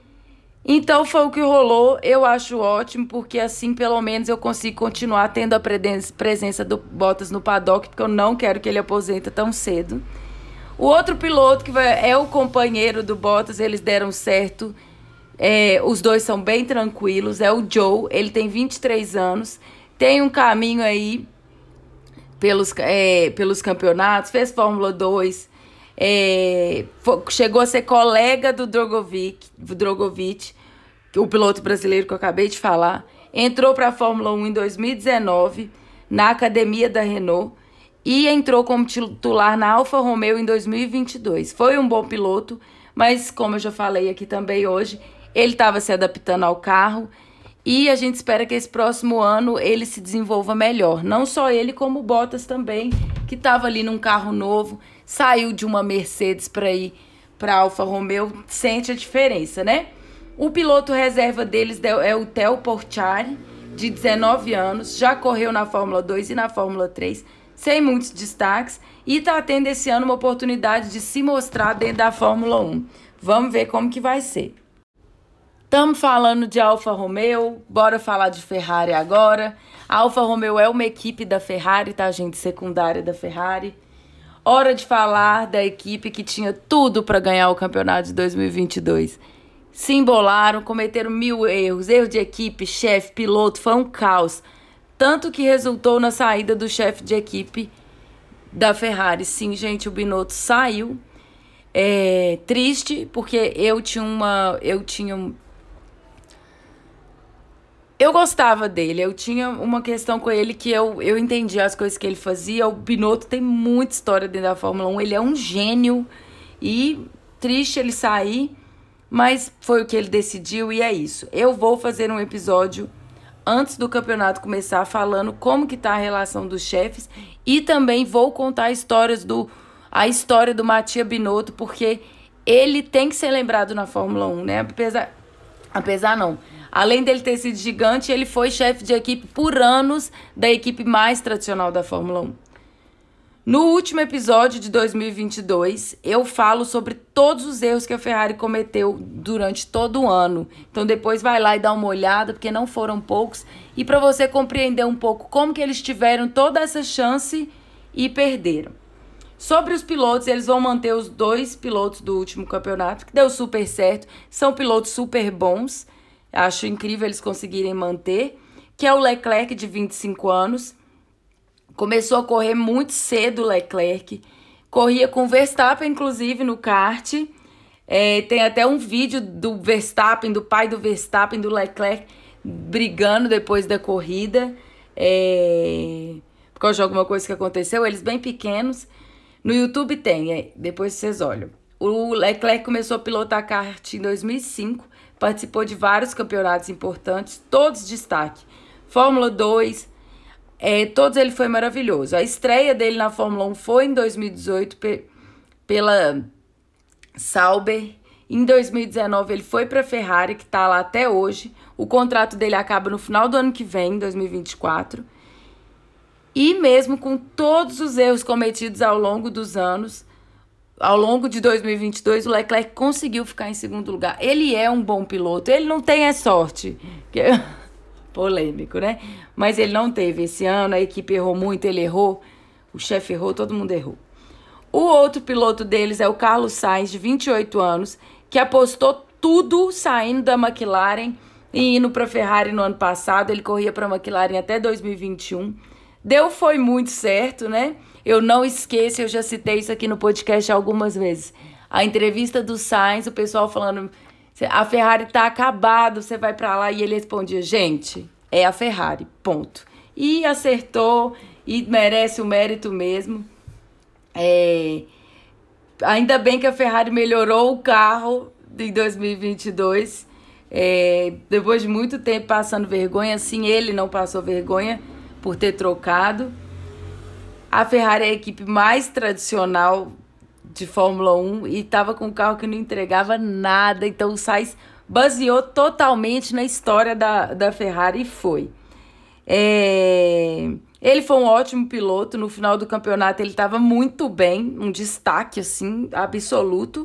Então foi o que rolou. Eu acho ótimo, porque assim pelo menos eu consigo continuar tendo a presença do Bottas no paddock, porque eu não quero que ele aposente tão cedo. O outro piloto que vai, é o companheiro do Bottas, eles deram certo É, os dois são bem tranquilos. É o Joe, ele tem vinte e três anos, tem um caminho aí pelos, é, pelos campeonatos, fez Fórmula dois, é, foi, chegou a ser colega do Drogovic, Drogovic, o piloto brasileiro que eu acabei de falar. Entrou para a Fórmula um em dois mil e dezenove, na academia da Renault, e entrou como titular na Alfa Romeo em dois mil e vinte e dois. Foi um bom piloto, mas como eu já falei aqui também hoje, ele estava se adaptando ao carro e a gente espera que esse próximo ano ele se desenvolva melhor. Não só ele, como o Bottas também, que estava ali num carro novo, saiu de uma Mercedes para ir para a Alfa Romeo, sente a diferença, né? O piloto reserva deles é o Theo Porchat, de dezenove anos, já correu na Fórmula dois e na Fórmula três, sem muitos destaques, e está tendo esse ano uma oportunidade de se mostrar dentro da Fórmula um. Vamos ver como que vai ser. Estamos falando de Alfa Romeo, bora falar de Ferrari agora. A Alfa Romeo é uma equipe da Ferrari, tá, gente? Secundária da Ferrari. Hora de falar da equipe que tinha tudo para ganhar o campeonato de dois mil e vinte e dois. Se embolaram, cometeram mil erros, erro de equipe, chefe, piloto, foi um caos. Tanto que resultou na saída do chefe de equipe da Ferrari. Sim, gente, o Binotto saiu. É triste, porque eu tinha uma... Eu tinha um... Eu gostava dele, eu tinha uma questão com ele que eu, eu entendia as coisas que ele fazia. O Binotto tem muita história dentro da Fórmula um, ele é um gênio e triste ele sair, mas foi o que ele decidiu e é isso. Eu vou fazer um episódio antes do campeonato começar falando como que tá a relação dos chefes e também vou contar histórias do, a história do Mattia Binotto, porque ele tem que ser lembrado na Fórmula um, né? Apesar, apesar não. Além dele ter sido gigante, ele foi chefe de equipe por anos da equipe mais tradicional da Fórmula um. No último episódio de dois mil e vinte e dois, eu falo sobre todos os erros que a Ferrari cometeu durante todo o ano. Então depois vai lá e dá uma olhada, porque não foram poucos. E para você compreender um pouco como que eles tiveram toda essa chance e perderam. Sobre os pilotos, eles vão manter os dois pilotos do último campeonato, que deu super certo. São pilotos super bons. Acho incrível eles conseguirem manter, que é o Leclerc, de vinte e cinco anos. Começou a correr muito cedo o Leclerc. Corria com o Verstappen, inclusive, no kart. É, tem até um vídeo do Verstappen, do pai do Verstappen, do Leclerc, brigando depois da corrida. É, por causa de alguma coisa que aconteceu. Eles bem pequenos. No YouTube tem, é, depois vocês olham. O Leclerc começou a pilotar kart em dois mil e cinco. Participou de vários campeonatos importantes, todos destaque. Fórmula dois, é, todos ele foi maravilhoso. A estreia dele na Fórmula um foi em dois mil e dezoito pe pela Sauber. Em dois mil e dezenove ele foi para a Ferrari, que está lá até hoje. O contrato dele acaba no final do ano que vem, dois mil e vinte e quatro. E mesmo com todos os erros cometidos ao longo dos anos, ao longo de dois mil e vinte e dois, o Leclerc conseguiu ficar em segundo lugar. Ele é um bom piloto, ele não tem a sorte. Que é polêmico, né? Mas ele não teve esse ano, a equipe errou muito, ele errou, o chefe errou, todo mundo errou. O outro piloto deles é o Carlos Sainz, de vinte e oito anos, que apostou tudo saindo da McLaren e indo para a Ferrari no ano passado. Ele corria para a McLaren até dois mil e vinte e um. Deu, foi muito certo, né? Eu não esqueço, eu já citei isso aqui no podcast algumas vezes. A entrevista do Sainz, o pessoal falando, a Ferrari tá acabada, você vai pra lá. E ele respondia, gente, é a Ferrari, ponto. E acertou, e merece o mérito mesmo. É... Ainda bem que a Ferrari melhorou o carro em dois mil e vinte e dois. É... Depois de muito tempo passando vergonha, sim, ele não passou vergonha por ter trocado. A Ferrari é a equipe mais tradicional de Fórmula um e estava com um carro que não entregava nada. Então o Sainz baseou totalmente na história da, da Ferrari e foi. É... Ele foi um ótimo piloto. No final do campeonato ele estava muito bem, um destaque assim, absoluto.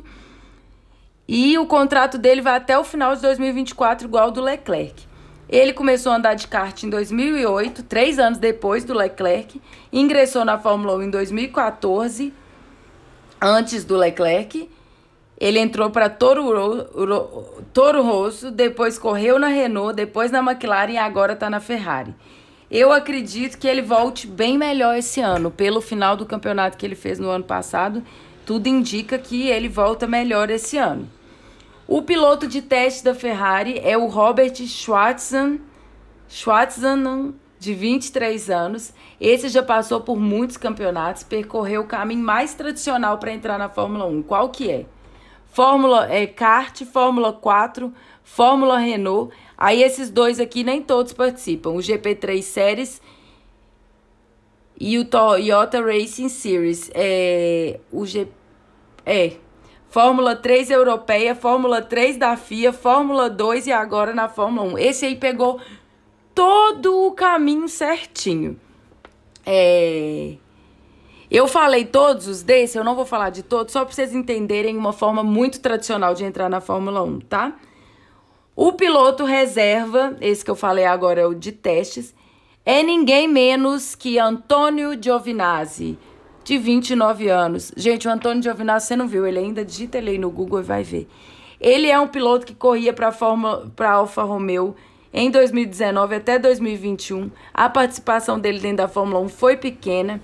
E o contrato dele vai até o final de dois mil e vinte e quatro, igual ao do Leclerc. Ele começou a andar de kart em dois mil e oito, três anos depois do Leclerc. Ingressou na Fórmula um em dois mil e quatorze, antes do Leclerc. Ele entrou para Toro, Ro- Toro Rosso, depois correu na Renault, depois na McLaren e agora está na Ferrari. Eu acredito que ele volte bem melhor esse ano. Pelo final do campeonato que ele fez no ano passado, tudo indica que ele volta melhor esse ano. O piloto de teste da Ferrari é o Robert Schwartzman, Schwartzman, de vinte e três anos. Esse já passou por muitos campeonatos, percorreu o caminho mais tradicional para entrar na Fórmula um. Qual que é? Fórmula é, kart, Fórmula quatro, Fórmula Renault. Aí esses dois aqui nem todos participam. O G P três Series e o Toyota Racing Series. É, o G, é, Fórmula três Europeia, Fórmula três da F I A, Fórmula dois e agora na Fórmula um. Esse aí pegou todo o caminho certinho. É... Eu falei todos os desses, eu não vou falar de todos, só para vocês entenderem uma forma muito tradicional de entrar na Fórmula um, tá? O piloto reserva, esse que eu falei agora é o de testes, é ninguém menos que Antônio Giovinazzi, de vinte e nove anos. Gente, o Antônio Giovinazzi, você não viu, ele ainda digita ele aí no Google e vai ver. Ele é um piloto que corria para a Alfa Romeo em dois mil e dezenove até dois mil e vinte e um. A participação dele dentro da Fórmula um foi pequena.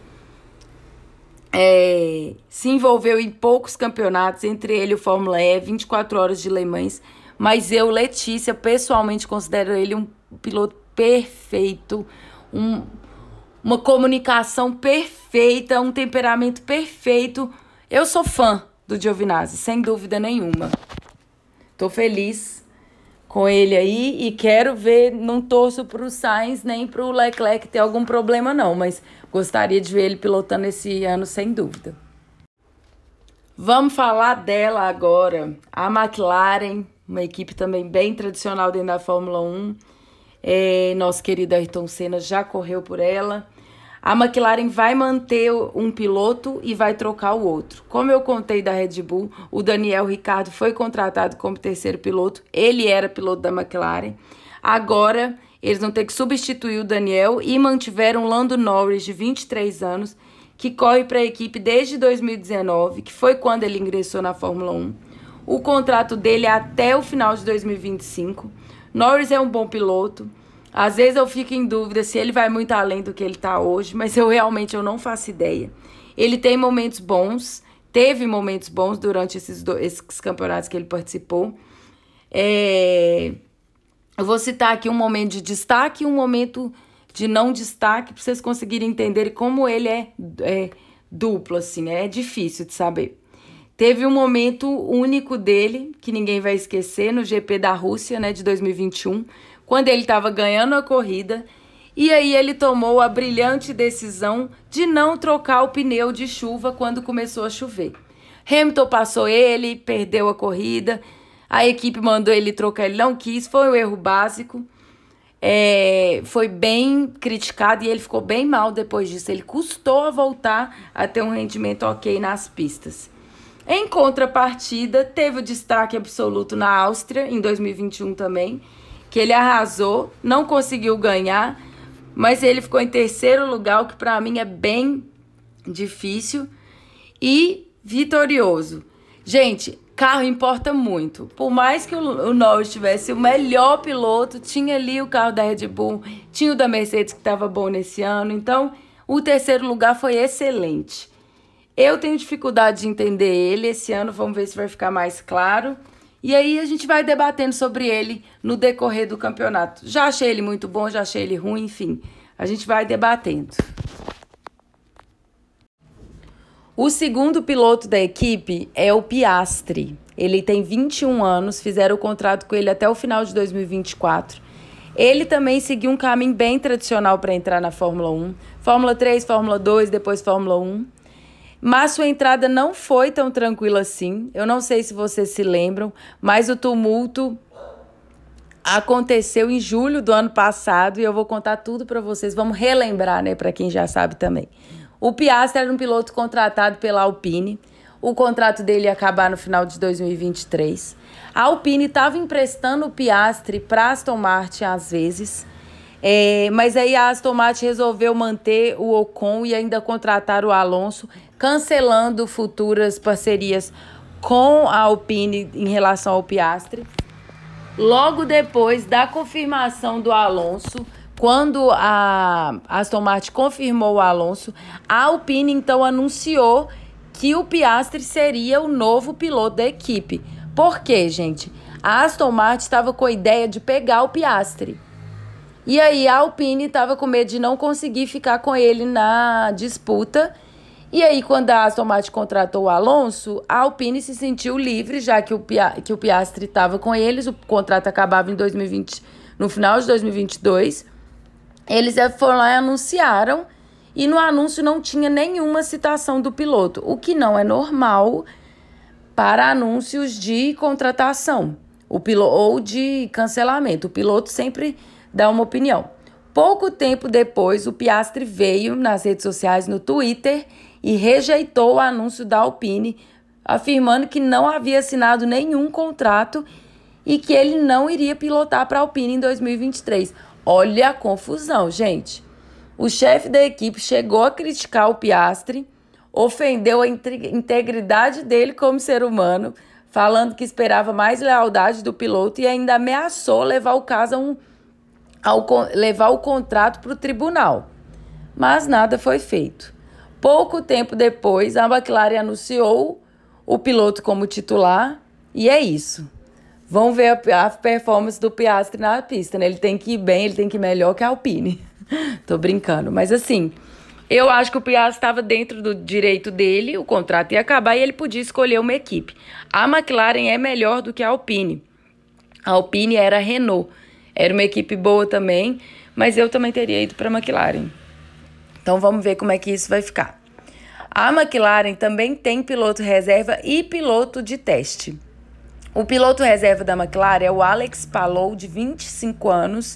É, se envolveu em poucos campeonatos, entre ele o Fórmula E, vinte e quatro horas de Le Mans, mas eu, Letícia, pessoalmente considero ele um piloto perfeito, um, uma comunicação perfeita, um temperamento perfeito. Eu sou fã do Giovinazzi, sem dúvida nenhuma. Tô feliz com ele aí e quero ver, não torço pro Sainz nem pro Leclerc ter algum problema não, mas gostaria de ver ele pilotando esse ano sem dúvida. Vamos falar dela agora, a McLaren, uma equipe também bem tradicional dentro da Fórmula um. É, nosso querido Ayrton Senna já correu por ela. A McLaren vai manter um piloto e vai trocar o outro. Como eu contei da Red Bull, o Daniel Ricciardo foi contratado como terceiro piloto. Ele era piloto da McLaren. Agora, eles vão ter que substituir o Daniel e mantiveram o Lando Norris, de vinte e três anos, que corre para a equipe desde dois mil e dezenove, que foi quando ele ingressou na Fórmula um. O contrato dele é até o final de dois mil e vinte e cinco. Norris é um bom piloto. Às vezes eu fico em dúvida se ele vai muito além do que ele está hoje, mas eu realmente eu não faço ideia. Ele tem momentos bons, teve momentos bons durante esses, do, esses campeonatos que ele participou. É, eu vou citar aqui um momento de destaque e um momento de não destaque, para vocês conseguirem entender como ele é, é duplo, assim, é difícil de saber. Teve um momento único dele, que ninguém vai esquecer, no G P da Rússia, né, de dois mil e vinte e um, quando ele estava ganhando a corrida, e aí ele tomou a brilhante decisão de não trocar o pneu de chuva quando começou a chover. Hamilton passou ele, perdeu a corrida, a equipe mandou ele trocar, ele não quis, foi um erro básico, é, foi bem criticado e ele ficou bem mal depois disso. Ele custou a voltar a ter um rendimento ok nas pistas. Em contrapartida, teve o destaque absoluto na Áustria, em dois mil e vinte e um também, que ele arrasou, não conseguiu ganhar, mas ele ficou em terceiro lugar, o que para mim é bem difícil, e vitorioso. Gente, carro importa muito. Por mais que o Norris tivesse o melhor piloto, tinha ali o carro da Red Bull, tinha o da Mercedes que estava bom nesse ano, então o terceiro lugar foi excelente. Eu tenho dificuldade de entender ele, esse ano vamos ver se vai ficar mais claro. E aí a gente vai debatendo sobre ele no decorrer do campeonato. Já achei ele muito bom, já achei ele ruim, enfim. A gente vai debatendo. O segundo piloto da equipe é o Piastri. Ele tem vinte e um anos, fizeram o contrato com ele até o final de dois mil e vinte e quatro. Ele também seguiu um caminho bem tradicional para entrar na Fórmula um. Fórmula três, Fórmula dois, depois Fórmula um. Mas sua entrada não foi tão tranquila assim. Eu não sei se vocês se lembram, mas o tumulto aconteceu em julho do ano passado e eu vou contar tudo para vocês. Vamos relembrar, né, para quem já sabe também. O Piastri era um piloto contratado pela Alpine. O contrato dele ia acabar no final de dois mil e vinte e três. A Alpine estava emprestando o Piastri para a Aston Martin às vezes. É, mas aí a Aston Martin resolveu manter o Ocon e ainda contratar o Alonso, cancelando futuras parcerias com a Alpine em relação ao Piastri. Logo depois da confirmação do Alonso, quando a Aston Martin confirmou o Alonso, a Alpine então anunciou que o Piastri seria o novo piloto da equipe. Por quê, gente? A Aston Martin estava com a ideia de pegar o Piastri. E aí a Alpine estava com medo de não conseguir ficar com ele na disputa. E aí, quando a Aston Martin contratou o Alonso, a Alpine se sentiu livre, já que o, Pia, que o Piastri estava com eles. O contrato acabava em dois mil e vinte, no final de dois mil e vinte e dois. Eles foram lá e anunciaram. E no anúncio não tinha nenhuma citação do piloto, o que não é normal para anúncios de contratação o pilo, ou de cancelamento. O piloto sempre dá uma opinião. Pouco tempo depois, o Piastri veio nas redes sociais, no Twitter, e rejeitou o anúncio da Alpine, afirmando que não havia assinado nenhum contrato e que ele não iria pilotar para a Alpine em dois mil e vinte e três. Olha a confusão, gente. O chefe da equipe chegou a criticar o Piastri, ofendeu a integridade dele como ser humano, falando que esperava mais lealdade do piloto e ainda ameaçou levar o caso a um, ao, levar o contrato para o tribunal. Mas nada foi feito. Pouco tempo depois, a McLaren anunciou o piloto como titular e é isso. Vamos ver a, a performance do Piastri na pista, né? Ele tem que ir bem, ele tem que ir melhor que a Alpine. Tô brincando, mas assim, eu acho que o Piastri estava dentro do direito dele, o contrato ia acabar e ele podia escolher uma equipe. A McLaren é melhor do que a Alpine. A Alpine era a Renault, era uma equipe boa também, mas eu também teria ido para a McLaren. Então vamos ver como é que isso vai ficar. A McLaren também tem piloto reserva e piloto de teste. O piloto reserva da McLaren é o Alex Palou, de vinte e cinco anos.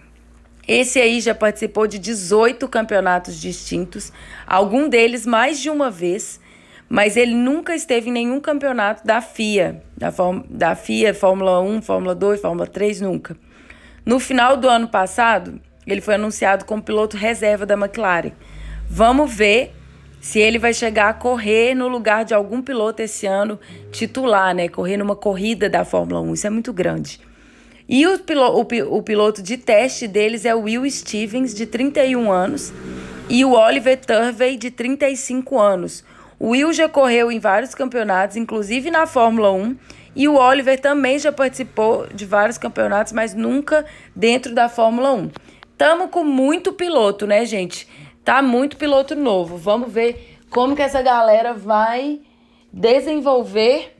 Esse aí já participou de dezoito campeonatos distintos, algum deles mais de uma vez, mas ele nunca esteve em nenhum campeonato da F I A, da, da F I A, Fórmula um, Fórmula dois, Fórmula três, nunca. No final do ano passado, ele foi anunciado como piloto reserva da McLaren. Vamos ver se ele vai chegar a correr no lugar de algum piloto esse ano titular, né? Correr numa corrida da Fórmula um, isso é muito grande. E o piloto, o piloto de teste deles é o Will Stevens, de trinta e um anos, e o Oliver Turvey, de trinta e cinco anos. O Will já correu em vários campeonatos, inclusive na Fórmula um, e o Oliver também já participou de vários campeonatos, mas nunca dentro da Fórmula um. Tamo com muito piloto, né, gente? Tá muito piloto novo. Vamos ver como que essa galera vai desenvolver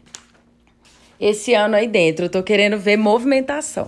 esse ano aí dentro. Eu tô querendo ver movimentação.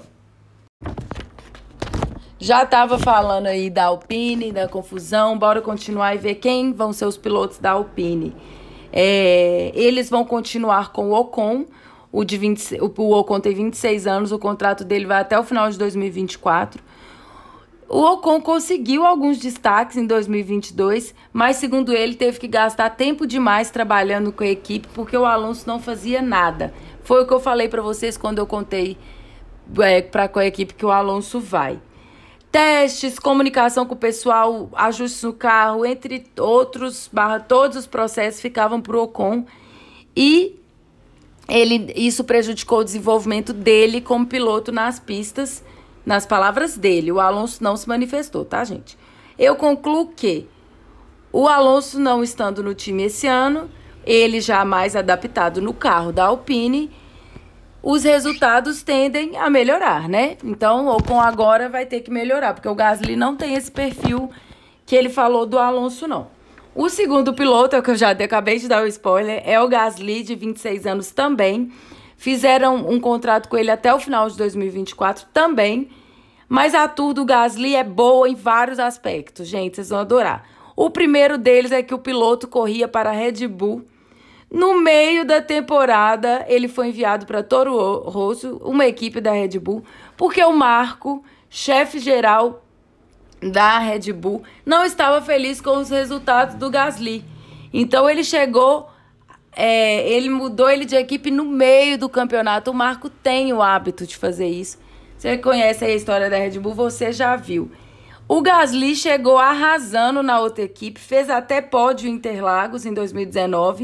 Já tava falando aí da Alpine, da confusão. Bora continuar e ver quem vão ser os pilotos da Alpine. É, eles vão continuar com o Ocon. O, de vinte, o Ocon tem vinte e seis anos. O contrato dele vai até o final de dois mil e vinte e quatro. O Ocon conseguiu alguns destaques em dois mil e vinte e dois, mas, segundo ele, teve que gastar tempo demais trabalhando com a equipe porque o Alonso não fazia nada. Foi o que eu falei para vocês quando eu contei é, para qual equipe que o Alonso vai. Testes, comunicação com o pessoal, ajustes no carro, entre outros, barra, todos os processos ficavam para o Ocon. E ele, isso prejudicou o desenvolvimento dele como piloto nas pistas. Nas palavras dele, o Alonso não se manifestou, tá, gente? Eu concluo que o Alonso não estando no time esse ano, ele já mais adaptado no carro da Alpine, os resultados tendem a melhorar, né? Então, o Ocon agora vai ter que melhorar, porque o Gasly não tem esse perfil que ele falou do Alonso, não. O segundo piloto, é o que eu já acabei de dar o spoiler, é o Gasly, de vinte e seis anos também. Fizeram um contrato com ele até o final de dois mil e vinte e quatro também. Mas a Tour do Gasly é boa em vários aspectos, gente. Vocês vão adorar. O primeiro deles é que o piloto corria para a Red Bull. No meio da temporada, ele foi enviado para Toro Rosso, uma equipe da Red Bull, porque o Marco, chefe geral da Red Bull, não estava feliz com os resultados do Gasly. Então ele chegou... É, ele mudou ele de equipe no meio do campeonato. O Marco tem o hábito de fazer isso. Você conhece a história da Red Bull, você já viu. O Gasly chegou arrasando na outra equipe, fez até pódio em Interlagos em dois mil e dezenove,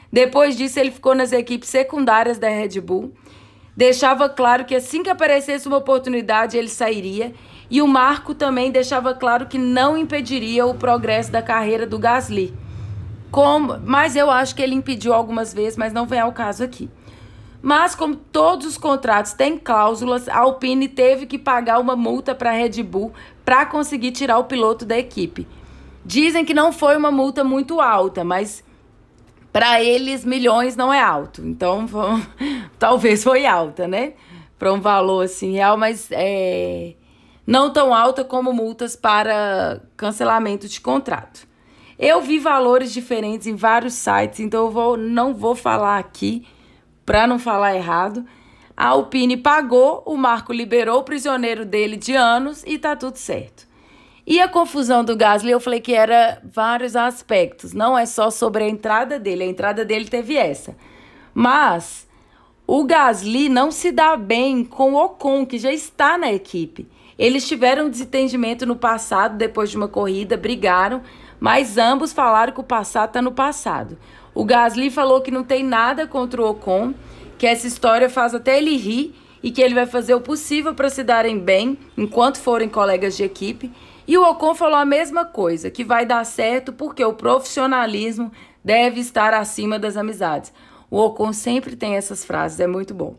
Depois disso, ele ficou nas equipes secundárias da Red Bull. Deixava claro que assim que aparecesse uma oportunidade, ele sairia. E o Marco também deixava claro que não impediria o progresso da carreira do Gasly. Como, mas eu acho que ele impediu algumas vezes, mas não vem ao caso aqui. Mas como todos os contratos têm cláusulas, a Alpine teve que pagar uma multa para a Red Bull para conseguir tirar o piloto da equipe. Dizem que não foi uma multa muito alta, mas para eles milhões não é alto. Então, vamos, talvez foi alta, né? Para um valor assim real, mas é, não tão alta como multas para cancelamento de contrato. Eu vi valores diferentes em vários sites, então eu vou, não vou falar aqui para não falar errado. A Alpine pagou, o Marco liberou o prisioneiro dele de anos e tá tudo certo. E a confusão do Gasly, eu falei que era vários aspectos, não é só sobre a entrada dele, a entrada dele teve essa. Mas o Gasly não se dá bem com o Ocon, que já está na equipe. Eles tiveram um desentendimento no passado, depois de uma corrida, brigaram, mas ambos falaram que o passado está no passado. O Gasly falou que não tem nada contra o Ocon, que essa história faz até ele rir e que ele vai fazer o possível para se darem bem enquanto forem colegas de equipe. E o Ocon falou a mesma coisa, que vai dar certo porque o profissionalismo deve estar acima das amizades. O Ocon sempre tem essas frases, é muito bom.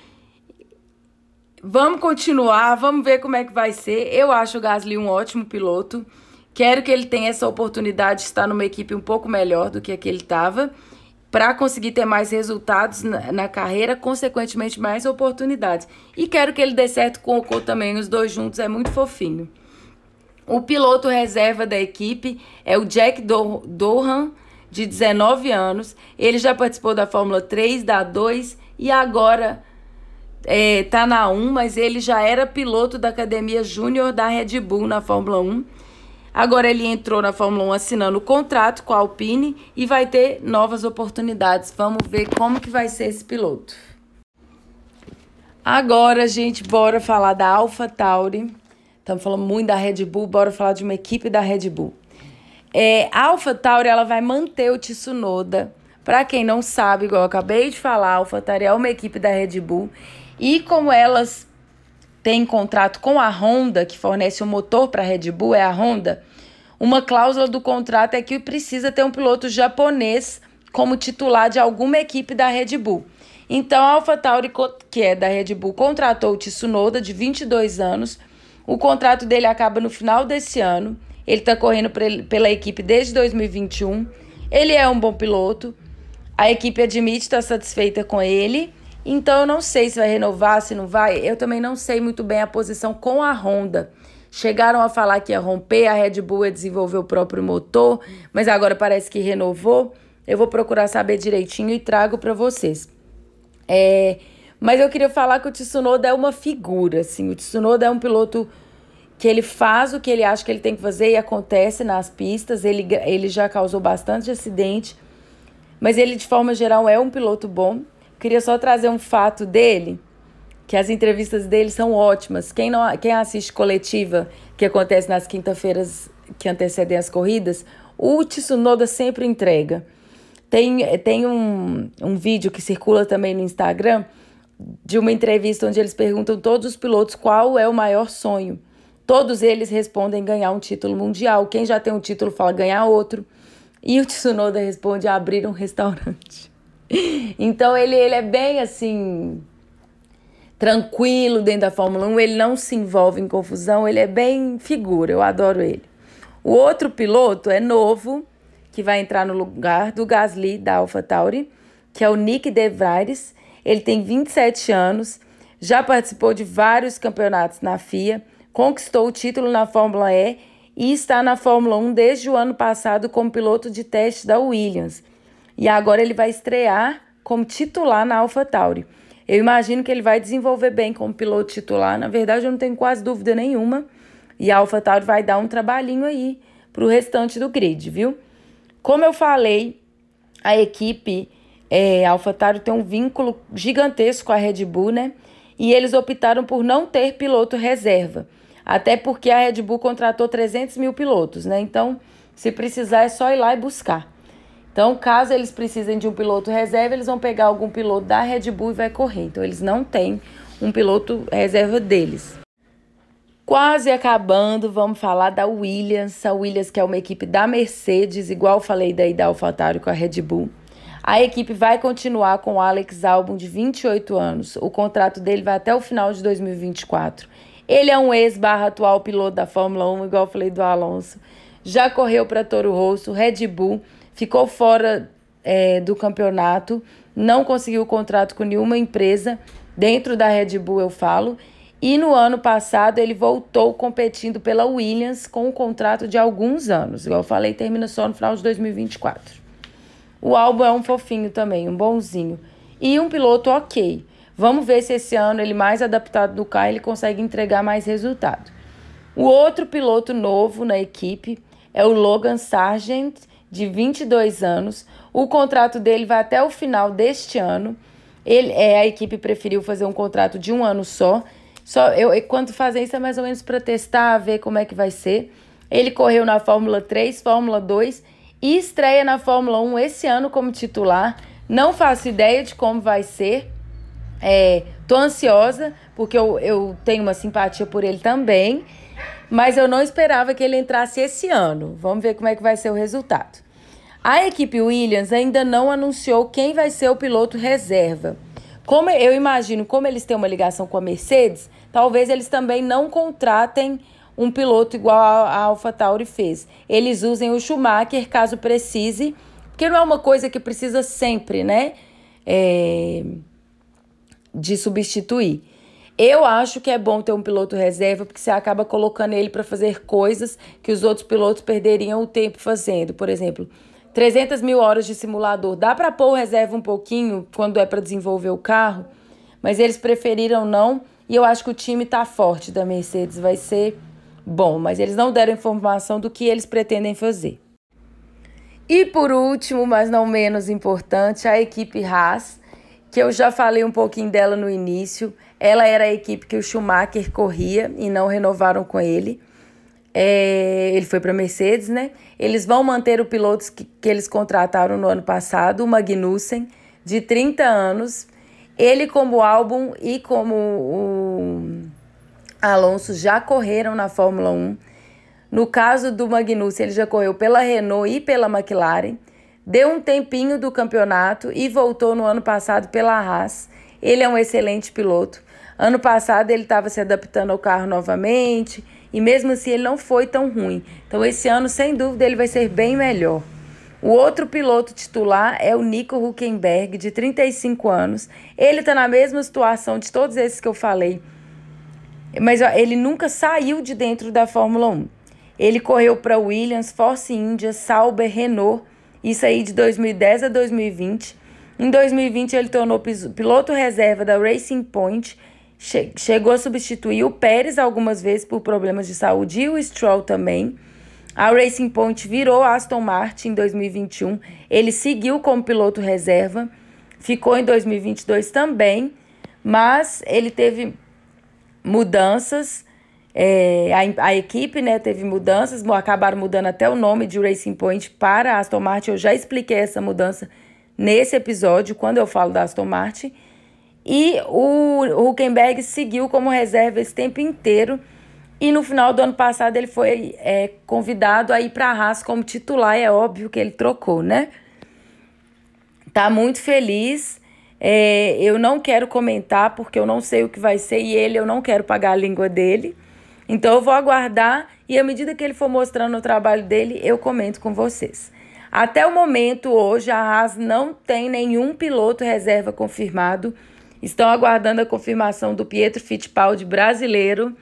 Vamos continuar, vamos ver como é que vai ser. Eu acho o Gasly um ótimo piloto. Quero que ele tenha essa oportunidade de estar numa equipe um pouco melhor do que a que ele estava, para conseguir ter mais resultados na, na carreira, consequentemente mais oportunidades. E quero que ele dê certo com o Ocon também, os dois juntos, é muito fofinho. O piloto reserva da equipe é o Jack Dohan, de dezenove anos. Ele já participou da Fórmula três, da dois e agora é, tá na um, mas ele já era piloto da Academia Júnior da Red Bull na Fórmula um. Agora ele entrou na Fórmula um assinando o contrato com a Alpine e vai ter novas oportunidades. Vamos ver como que vai ser esse piloto. Agora, gente, bora falar da AlphaTauri. Estamos falando muito da Red Bull, bora falar de uma equipe da Red Bull. É, a AlphaTauri, ela vai manter o Tsunoda. Para quem não sabe, igual eu acabei de falar, a AlphaTauri é uma equipe da Red Bull. E como elas tem contrato com a Honda, que fornece o um motor para a Red Bull, é a Honda, uma cláusula do contrato é que precisa ter um piloto japonês como titular de alguma equipe da Red Bull. Então, a AlphaTauri, que é da Red Bull, contratou o Tsunoda, de vinte e dois anos. O contrato dele acaba no final desse ano. Ele está correndo pela equipe desde dois mil e vinte e um. Ele é um bom piloto. A equipe admite estar satisfeita com ele. Então, eu não sei se vai renovar, se não vai. Eu também não sei muito bem a posição com a Honda. Chegaram a falar que ia romper, a Red Bull ia desenvolver o próprio motor, mas agora parece que renovou. Eu vou procurar saber direitinho e trago para vocês. É, mas eu queria falar que o Tsunoda é uma figura, assim. O Tsunoda é um piloto que ele faz o que ele acha que ele tem que fazer e acontece nas pistas. Ele, ele já causou bastante acidente, mas ele, de forma geral, é um piloto bom. Queria só trazer um fato dele, que as entrevistas dele são ótimas. Quem, não, quem assiste coletiva, que acontece nas quinta-feiras que antecedem as corridas, o Tsunoda sempre entrega. Tem, tem um, um vídeo que circula também no Instagram de uma entrevista onde eles perguntam a todos os pilotos qual é o maior sonho. Todos eles respondem ganhar um título mundial. Quem já tem um título fala ganhar outro. E o Tsunoda responde abrir um restaurante. Então ele, ele é bem assim, tranquilo dentro da Fórmula um, ele não se envolve em confusão, ele é bem figura, eu adoro ele. O outro piloto é novo, que vai entrar no lugar do Gasly, da AlphaTauri, que é o Nick De Vries. Ele tem vinte e sete anos, já participou de vários campeonatos na F I A, conquistou o título na Fórmula E e está na Fórmula um desde o ano passado como piloto de teste da Williams. E agora ele vai estrear como titular na AlphaTauri. Eu imagino que ele vai desenvolver bem como piloto titular. Na verdade, eu não tenho quase dúvida nenhuma. E a AlphaTauri vai dar um trabalhinho aí para o restante do grid, viu? Como eu falei, a equipe é, AlphaTauri tem um vínculo gigantesco com a Red Bull, né? E eles optaram por não ter piloto reserva. Até porque a Red Bull contratou trezentos mil pilotos, né? Então, se precisar, é só ir lá e buscar. Então, caso eles precisem de um piloto reserva, eles vão pegar algum piloto da Red Bull e vai correr. Então, eles não têm um piloto reserva deles. Quase acabando, vamos falar da Williams. A Williams, que é uma equipe da Mercedes, igual eu falei daí da AlphaTauri com a Red Bull. A equipe vai continuar com o Alex Albon, de vinte e oito anos. O contrato dele vai até o final de dois mil e vinte e quatro. Ele é um ex-atual piloto da Fórmula um, igual eu falei do Alonso. Já correu para Toro Rosso, Red Bull, ficou fora é, do campeonato, não conseguiu o contrato com nenhuma empresa, dentro da Red Bull eu falo. E no ano passado ele voltou competindo pela Williams com um contrato de alguns anos. Igual eu falei, termina só no final de dois mil e vinte e quatro. O Albon é um fofinho também, um bonzinho. E um piloto ok. Vamos ver se esse ano ele, mais adaptado do carro, ele consegue entregar mais resultado. O outro piloto novo na equipe é o Logan Sargent, de vinte e dois anos. O contrato dele vai até o final deste ano. Ele, é, a equipe preferiu fazer um contrato de um ano só. Só eu, quando fazer isso é mais ou menos para testar, ver como é que vai ser. Ele correu na Fórmula três, Fórmula dois e estreia na Fórmula um esse ano como titular. Não faço ideia de como vai ser. É, tô ansiosa, porque eu, eu tenho uma simpatia por ele também. Mas eu não esperava que ele entrasse esse ano. Vamos ver como é que vai ser o resultado. A equipe Williams ainda não anunciou quem vai ser o piloto reserva. Como eu imagino, como eles têm uma ligação com a Mercedes, talvez eles também não contratem um piloto igual a AlphaTauri fez. Eles usem o Schumacher caso precise, porque não é uma coisa que precisa sempre, né? É, de substituir. Eu acho que é bom ter um piloto reserva, porque você acaba colocando ele para fazer coisas que os outros pilotos perderiam o tempo fazendo. Por exemplo, trezentas mil horas de simulador. Dá para pôr o reserva um pouquinho quando é para desenvolver o carro, mas eles preferiram não. E eu acho que o time tá forte da Mercedes, vai ser bom, mas eles não deram informação do que eles pretendem fazer. E por último, mas não menos importante, a equipe Haas, que eu já falei um pouquinho dela no início. Ela era a equipe que o Schumacher corria e não renovaram com ele. É, ele foi para a Mercedes, né? Eles vão manter o piloto que, que eles contrataram no ano passado, o Magnussen, de trinta anos. Ele, como Albon e como o Alonso, já correram na Fórmula um. No caso do Magnussen, ele já correu pela Renault e pela McLaren. Deu um tempinho do campeonato e voltou no ano passado pela Haas. Ele é um excelente piloto. Ano passado ele estava se adaptando ao carro novamente e mesmo assim ele não foi tão ruim. Então esse ano, sem dúvida, ele vai ser bem melhor. O outro piloto titular é o Nico Hülkenberg, de trinta e cinco anos. Ele está na mesma situação de todos esses que eu falei, mas ó, ele nunca saiu de dentro da Fórmula um. Ele correu para Williams, Force India, Sauber, Renault, isso aí de dois mil e dez a dois mil e vinte. Em dois mil e vinte ele tornou piloto reserva da Racing Point, che- chegou a substituir o Pérez algumas vezes por problemas de saúde e o Stroll também. A Racing Point virou Aston Martin em dois mil e vinte e um, ele seguiu como piloto reserva, ficou em dois mil e vinte e dois também, mas ele teve mudanças, é, a, a equipe, né, teve mudanças, acabaram mudando até o nome de Racing Point para Aston Martin. Eu já expliquei essa mudança nesse episódio, quando eu falo da Aston Martin. E o Hülkenberg seguiu como reserva esse tempo inteiro. E no final do ano passado ele foi é, convidado a ir para a Haas como titular. É óbvio que ele trocou, né? Tá muito feliz. É, eu não quero comentar porque eu não sei o que vai ser. E ele, eu não quero pagar a língua dele. Então eu vou aguardar. E à medida que ele for mostrando o trabalho dele, eu comento com vocês. Até o momento, hoje, a Haas não tem nenhum piloto reserva confirmado. Estão aguardando a confirmação do Pietro Fittipaldi brasileiro,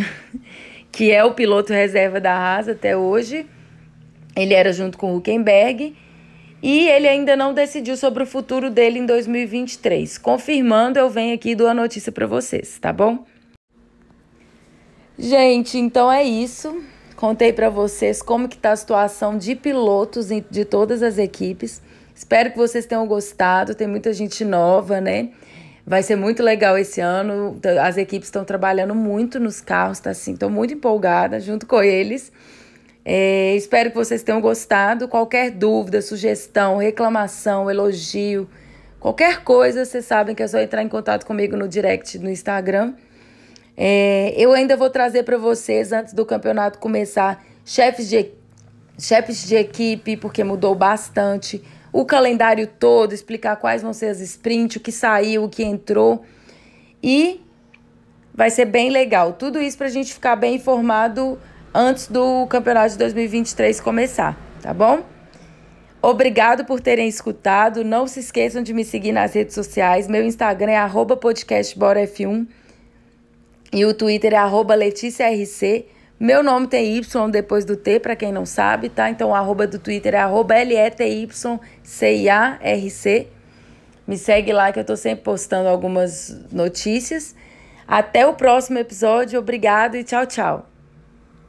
que é o piloto reserva da Haas até hoje. Ele era junto com o Hülkenberg. E ele ainda não decidiu sobre o futuro dele em dois mil e vinte e três. Confirmando, eu venho aqui e dou a notícia para vocês, tá bom? Gente, então é isso. Contei para vocês como que tá a situação de pilotos de todas as equipes. Espero que vocês tenham gostado. Tem muita gente nova, né? Vai ser muito legal esse ano. As equipes estão trabalhando muito nos carros, tá assim? Tô muito empolgada junto com eles. É, espero que vocês tenham gostado. Qualquer dúvida, sugestão, reclamação, elogio, qualquer coisa, vocês sabem que é só entrar em contato comigo no direct no Instagram. É, eu ainda vou trazer para vocês, antes do campeonato começar, chefes de, chefes de equipe, porque mudou bastante. O calendário todo, explicar quais vão ser as sprints, o que saiu, o que entrou. E vai ser bem legal. Tudo isso para a gente ficar bem informado antes do campeonato de dois mil e vinte e três começar, tá bom? Obrigado por terem escutado. Não se esqueçam de me seguir nas redes sociais. Meu Instagram é arroba podcastbora F um e o Twitter é arroba Letícia R C. Meu nome tem Y depois do T, para quem não sabe, tá? Então o arroba do Twitter é arroba L E T Y C I A R C. Me segue lá que eu tô sempre postando algumas notícias. Até o próximo episódio. Obrigado e tchau, tchau.